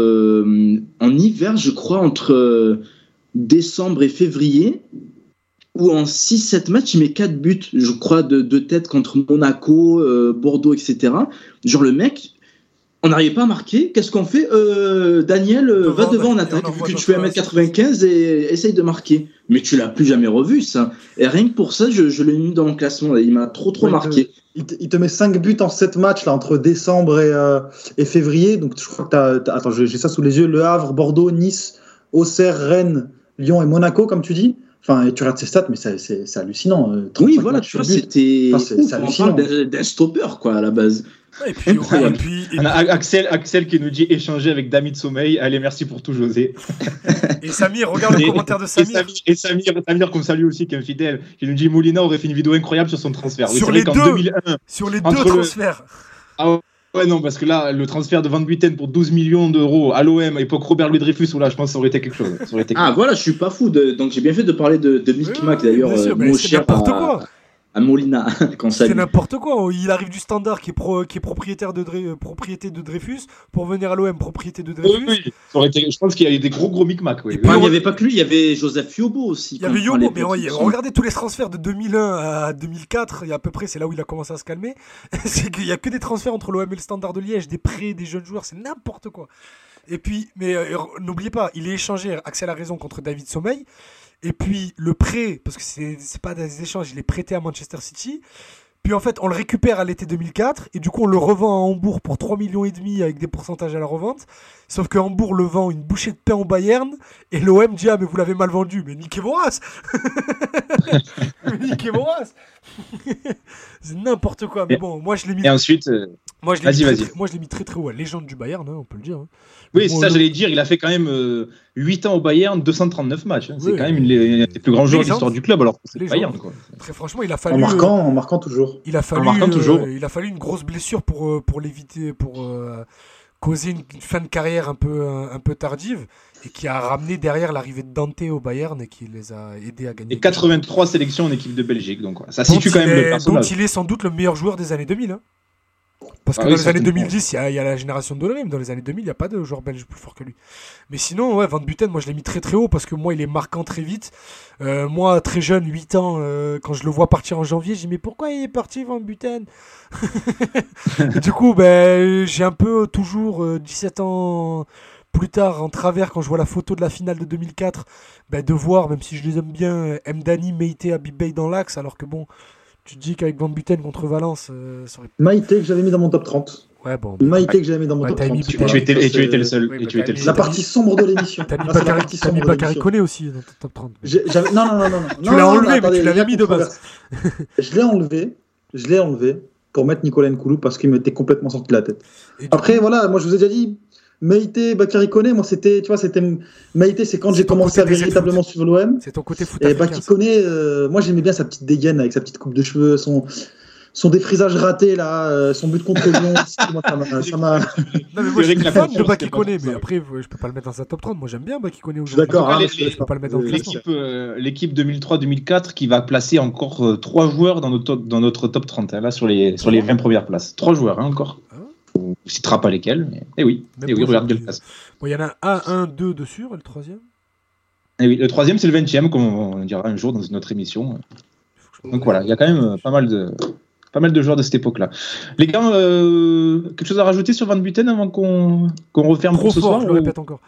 en hiver, je crois, entre décembre et février, où en 6-7 matchs, il met 4 buts, je crois, de tête contre Monaco, Bordeaux, etc. Genre le mec, on n'arrivait pas à marquer. Qu'est-ce qu'on fait? Daniel, va devant en attaque, vu que tu fais 1m95 et essaye de marquer. Mais tu l'as plus jamais revu, ça. Et rien que pour ça, je l'ai mis dans mon classement. Il m'a trop marqué. Il te met 5 buts en 7 matchs là, entre décembre et février. Donc je crois que attends, j'ai ça sous les yeux. Le Havre, Bordeaux, Nice, Auxerre, Rennes, Lyon et Monaco, comme tu dis. Enfin, et tu regardes ses stats, mais c'est hallucinant. Oui, voilà, tu vois, c'était... c'est hallucinant. On parle d'un stopper, quoi, à la base. Et puis, on a Axel qui nous dit échanger avec Dami de Sommeil. Allez, merci pour tout, José. Et Samir, regarde le commentaire de Samir. Et Samir qu'on salue aussi, qui est un fidèle, qui nous dit Molina aurait fait une vidéo incroyable sur son transfert. Sur les deux transferts. Ah ouais, non, parce que là, le transfert de Van Buiten pour 12 millions d'euros à l'OM, époque Robert Louis Dreyfus, là, je pense que ça aurait été quelque chose. Voilà, je suis pas fou. Donc j'ai bien fait de parler de Micmac, d'ailleurs, mon cher à Molina. C'est n'importe quoi. Il arrive du Standard qui est propriété de Dreyfus pour venir à l'OM, propriété de Dreyfus. Oui. Je pense qu'il y a eu des gros Micmac. Oui. Il n'y avait pas que lui, il y avait Joseph Yobo aussi. Il y avait Yobo, mais regardez tous les transferts de 2001 à 2004, et à peu près c'est là où il a commencé à se calmer. C'est qu'il n'y a que des transferts entre l'OM et le Standard de Liège, des prêts, des jeunes joueurs, c'est n'importe quoi. Et puis, mais n'oubliez pas, il est échangé, Axel a raison, contre David Sommeil. Et puis le prêt, parce que c'est pas des échanges, il est prêté à Manchester City. Puis en fait, on le récupère à l'été 2004 et du coup, on le revend à Hambourg pour 3,5 millions avec des pourcentages à la revente. Sauf que Hambourg le vend une bouchée de pain au Bayern et l'OM dit « Ah, mais vous l'avez mal vendu. » Mais niquez vos races. Niquez vos races. C'est n'importe quoi. Mais bon, moi je l'ai mis... Et ensuite... Moi je l'ai mis très très haut. Légende du Bayern, on peut le dire. Oui, c'est ça, j'allais dire. Il a fait quand même 8 ans au Bayern, 239 matchs. C'est quand même une des plus grands joueurs de l'histoire du club, alors que c'est le Bayern. Quoi. Très franchement, il a fallu... En marquant toujours. Il a fallu une grosse blessure pour l'éviter, pour causer une fin de carrière un peu tardive, et qui a ramené derrière l'arrivée de Dante au Bayern et qui les a aidés à gagner. Et 83 sélections en équipe de Belgique, donc ça situe quand même le personnage. Donc il est sans doute le meilleur joueur des années 2000. Parce que dans les années 2010, il y a la génération de Dolorem. Dans les années 2000, il n'y a pas de joueur belge plus fort que lui. Mais sinon, ouais, Van Buiten, moi je l'ai mis très très haut parce que moi il est marquant très vite. Moi, très jeune, 8 ans, quand je le vois partir en janvier, je dis mais pourquoi il est parti Van Buiten? Du coup, j'ai un peu toujours 17 ans plus tard, en travers, quand je vois la photo de la finale de 2004, de voir, même si je les aime bien, Mdani, Meïté, Habib Bey dans l'axe, alors que bon. Tu te dis qu'avec Van Buiten contre Valence, ça aurait... Maïté que j'avais mis dans mon top 30. Ouais, bon. Maïté que j'avais mis dans mon top 30. Tu étais le seul. La partie sombre de l'émission. T'as mis Bakary Koné aussi dans ton top 30. Non. Tu l'as enlevé, mais tu l'avais mis de base. Je l'ai enlevé pour mettre Nicolas Nkoulou parce qu'il m'était complètement sorti de la tête. Après, voilà, moi je vous ai déjà dit, Meïté, Bakary Koné, moi c'était Meïté, c'est quand j'ai commencé à véritablement suivre l'OM. C'est ton côté foot. Et Bakary Koné, moi j'aimais bien sa petite dégaine avec sa petite coupe de cheveux, son défrisage raté là, son but contre Lyon. Ça m'a. Non mais moi je suis fan de Bakary Koné, mais après je peux pas le mettre dans sa top 30. Moi j'aime bien Bakary Koné aujourd'hui. D'accord. Je peux pas le mettre dans l'équipe 2003-2004 qui va placer encore 3 joueurs dans notre top 30 là sur les 20 premières places. 3 joueurs encore. On ne citera pas lesquels, mais oui, regarde bien le place. Bon, il y en a 1, 2 dessus, et le troisième. Et oui, le troisième, c'est le 20e, comme on dira un jour dans notre émission. Donc voilà, il y a quand même pas mal de joueurs de cette époque-là. Les gars, quelque chose à rajouter sur Van Buiten avant qu'on referme pour ce soir? Je le répète encore.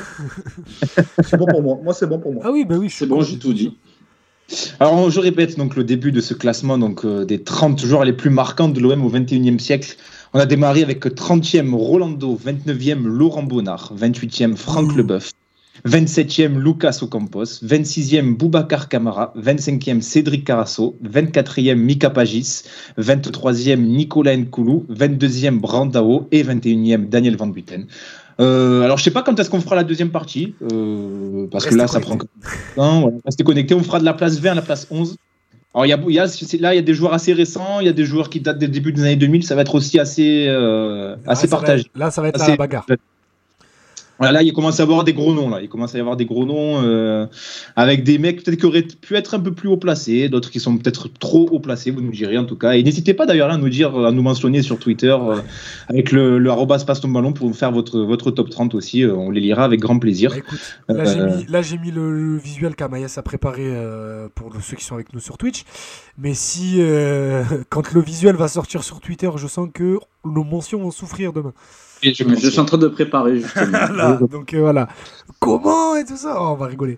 C'est bon pour moi. Moi, c'est bon pour moi. Ah oui, oui, c'est bon, j'ai tout dit. Alors, je répète donc le début de ce classement des 30 joueurs les plus marquants de l'OM au XXIe siècle. On a démarré avec 30e Rolando, 29e Laurent Bonnard, 28e Franck Leboeuf, 27e Lucas Ocampos, 26e Boubacar Camara, 25e Cédric Carasso, 24e Mika Pagis, 23e Nicolas Nkoulou, 22e Brandao et 21e Daniel Van Buiten. Alors je sais pas quand est-ce qu'on fera la deuxième partie, parce que là ça prend temps. Voilà. Restez connectés, on fera de la place 20 à la place 11. Alors il y a des joueurs assez récents, il y a des joueurs qui datent des débuts des années 2000, ça va être aussi assez partagé. Là ça va être la bagarre. Voilà, là, il commence à y avoir des gros noms. Là. Il commence à y avoir des gros noms avec des mecs peut-être qui auraient pu être un peu plus haut placés, d'autres qui sont peut-être trop haut placés, vous nous direz en tout cas. Et n'hésitez pas d'ailleurs à nous mentionner sur Twitter avec le @passetonballon pour faire votre top 30 aussi. On les lira avec grand plaisir. Bah, écoute, là, j'ai mis le visuel qu'Amaïs a préparé pour ceux qui sont avec nous sur Twitch. Mais si, quand le visuel va sortir sur Twitter, je sens que nos mentions vont souffrir demain. Et je suis en train de préparer justement. Donc voilà. Comment et tout ça, on va rigoler.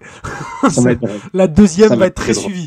La deuxième va être très suivie.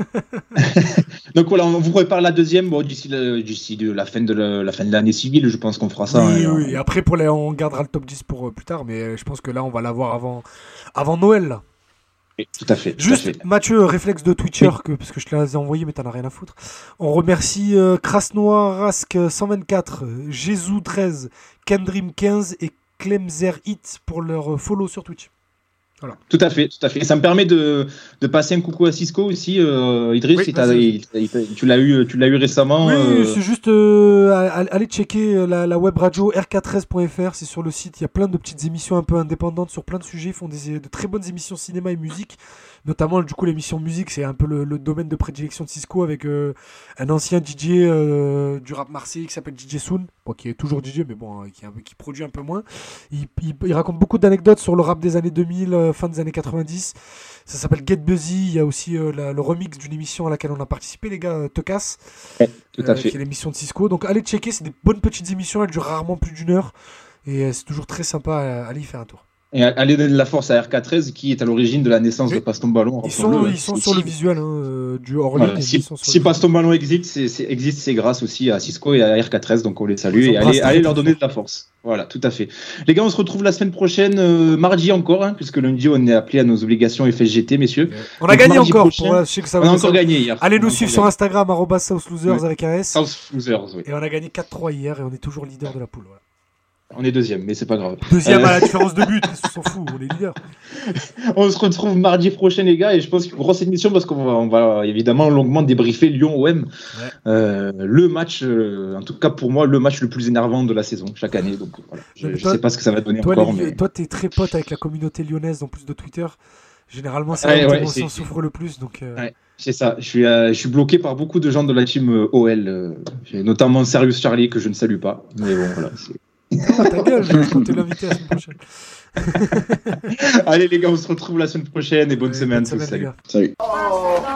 Donc voilà, on vous prépare la deuxième d'ici la fin de l'année civile, je pense qu'on fera ça. Oui. Et après on gardera le top 10 pour plus tard, mais je pense que là on va l'avoir avant Noël. Là. Oui, tout à fait. Juste, Mathieu, réflexe de Twitcher, parce que je te l'ai envoyé, mais t'en as rien à foutre. On remercie Krasnoir Rask 124, Jésus 13, Kendream 15 et Clemzer Hit pour leur follow sur Twitch. Voilà. Tout à fait. Et ça me permet de passer un coucou à Cisco aussi, Idriss. Oui, tu l'as eu récemment. Oui, c'est juste allez checker la web radio rk13.fr, c'est sur le site. Il y a plein de petites émissions un peu indépendantes sur plein de sujets. Ils font de très bonnes émissions cinéma et musique. Notamment, du coup, l'émission musique, c'est un peu le domaine de prédilection de Cisco avec un ancien DJ du rap marseillais qui s'appelle DJ Soon, qui est toujours DJ, mais bon, qui produit un peu moins. Il raconte beaucoup d'anecdotes sur le rap des années 2000, fin des années 90. Ça s'appelle Get Busy. Il y a aussi le remix d'une émission à laquelle on a participé, les gars, Te Casse, tout à fait. qui est l'émission de Cisco. Donc, allez checker, c'est des bonnes petites émissions, elles durent rarement plus d'1 heure. Et c'est toujours très sympa à aller y faire un tour. Et allez donner de la force à RK13 qui est à l'origine de la naissance de Passe ton ballon. Ils sont sur le visuel du hors-ligne. Voilà, si Passe ton ballon existe, c'est grâce aussi à Cisco et à RK13, donc on les salue et allez leur donner de la force. Voilà, tout à fait. Les gars, on se retrouve la semaine prochaine, mardi encore, puisque lundi on est appelé à nos obligations FSGT, messieurs. On a gagné encore. Je sais que ça on a encore gagné hier. Allez nous suivre sur Instagram, @SouthLosers avec un S. SouthLosers, oui. Et on a gagné 4-3 hier et on est toujours leader de la poule. Voilà. On est deuxième, mais c'est pas grave. Deuxième à la différence de but, on s'en fout, on est leader. On se retrouve mardi prochain, les gars, et je pense qu'il y a une grosse émission parce qu'on va évidemment longuement débriefer Lyon-OM. Le match, en tout cas pour moi, le match le plus énervant de la saison chaque année. Donc voilà, je sais pas ce que ça va donner encore. Toi, t'es très pote avec la communauté lyonnaise en plus de Twitter. Généralement, c'est là où l'émotion souffre le plus. Donc, c'est ça. Je suis bloqué par beaucoup de gens de la team OL, notamment Serious Charlie que je ne salue pas. Mais bon, voilà. Ta gueule, je vais compter l'invité la semaine prochaine. Allez les gars, on se retrouve la semaine prochaine et bonne semaine. Salut. Salut. Oh.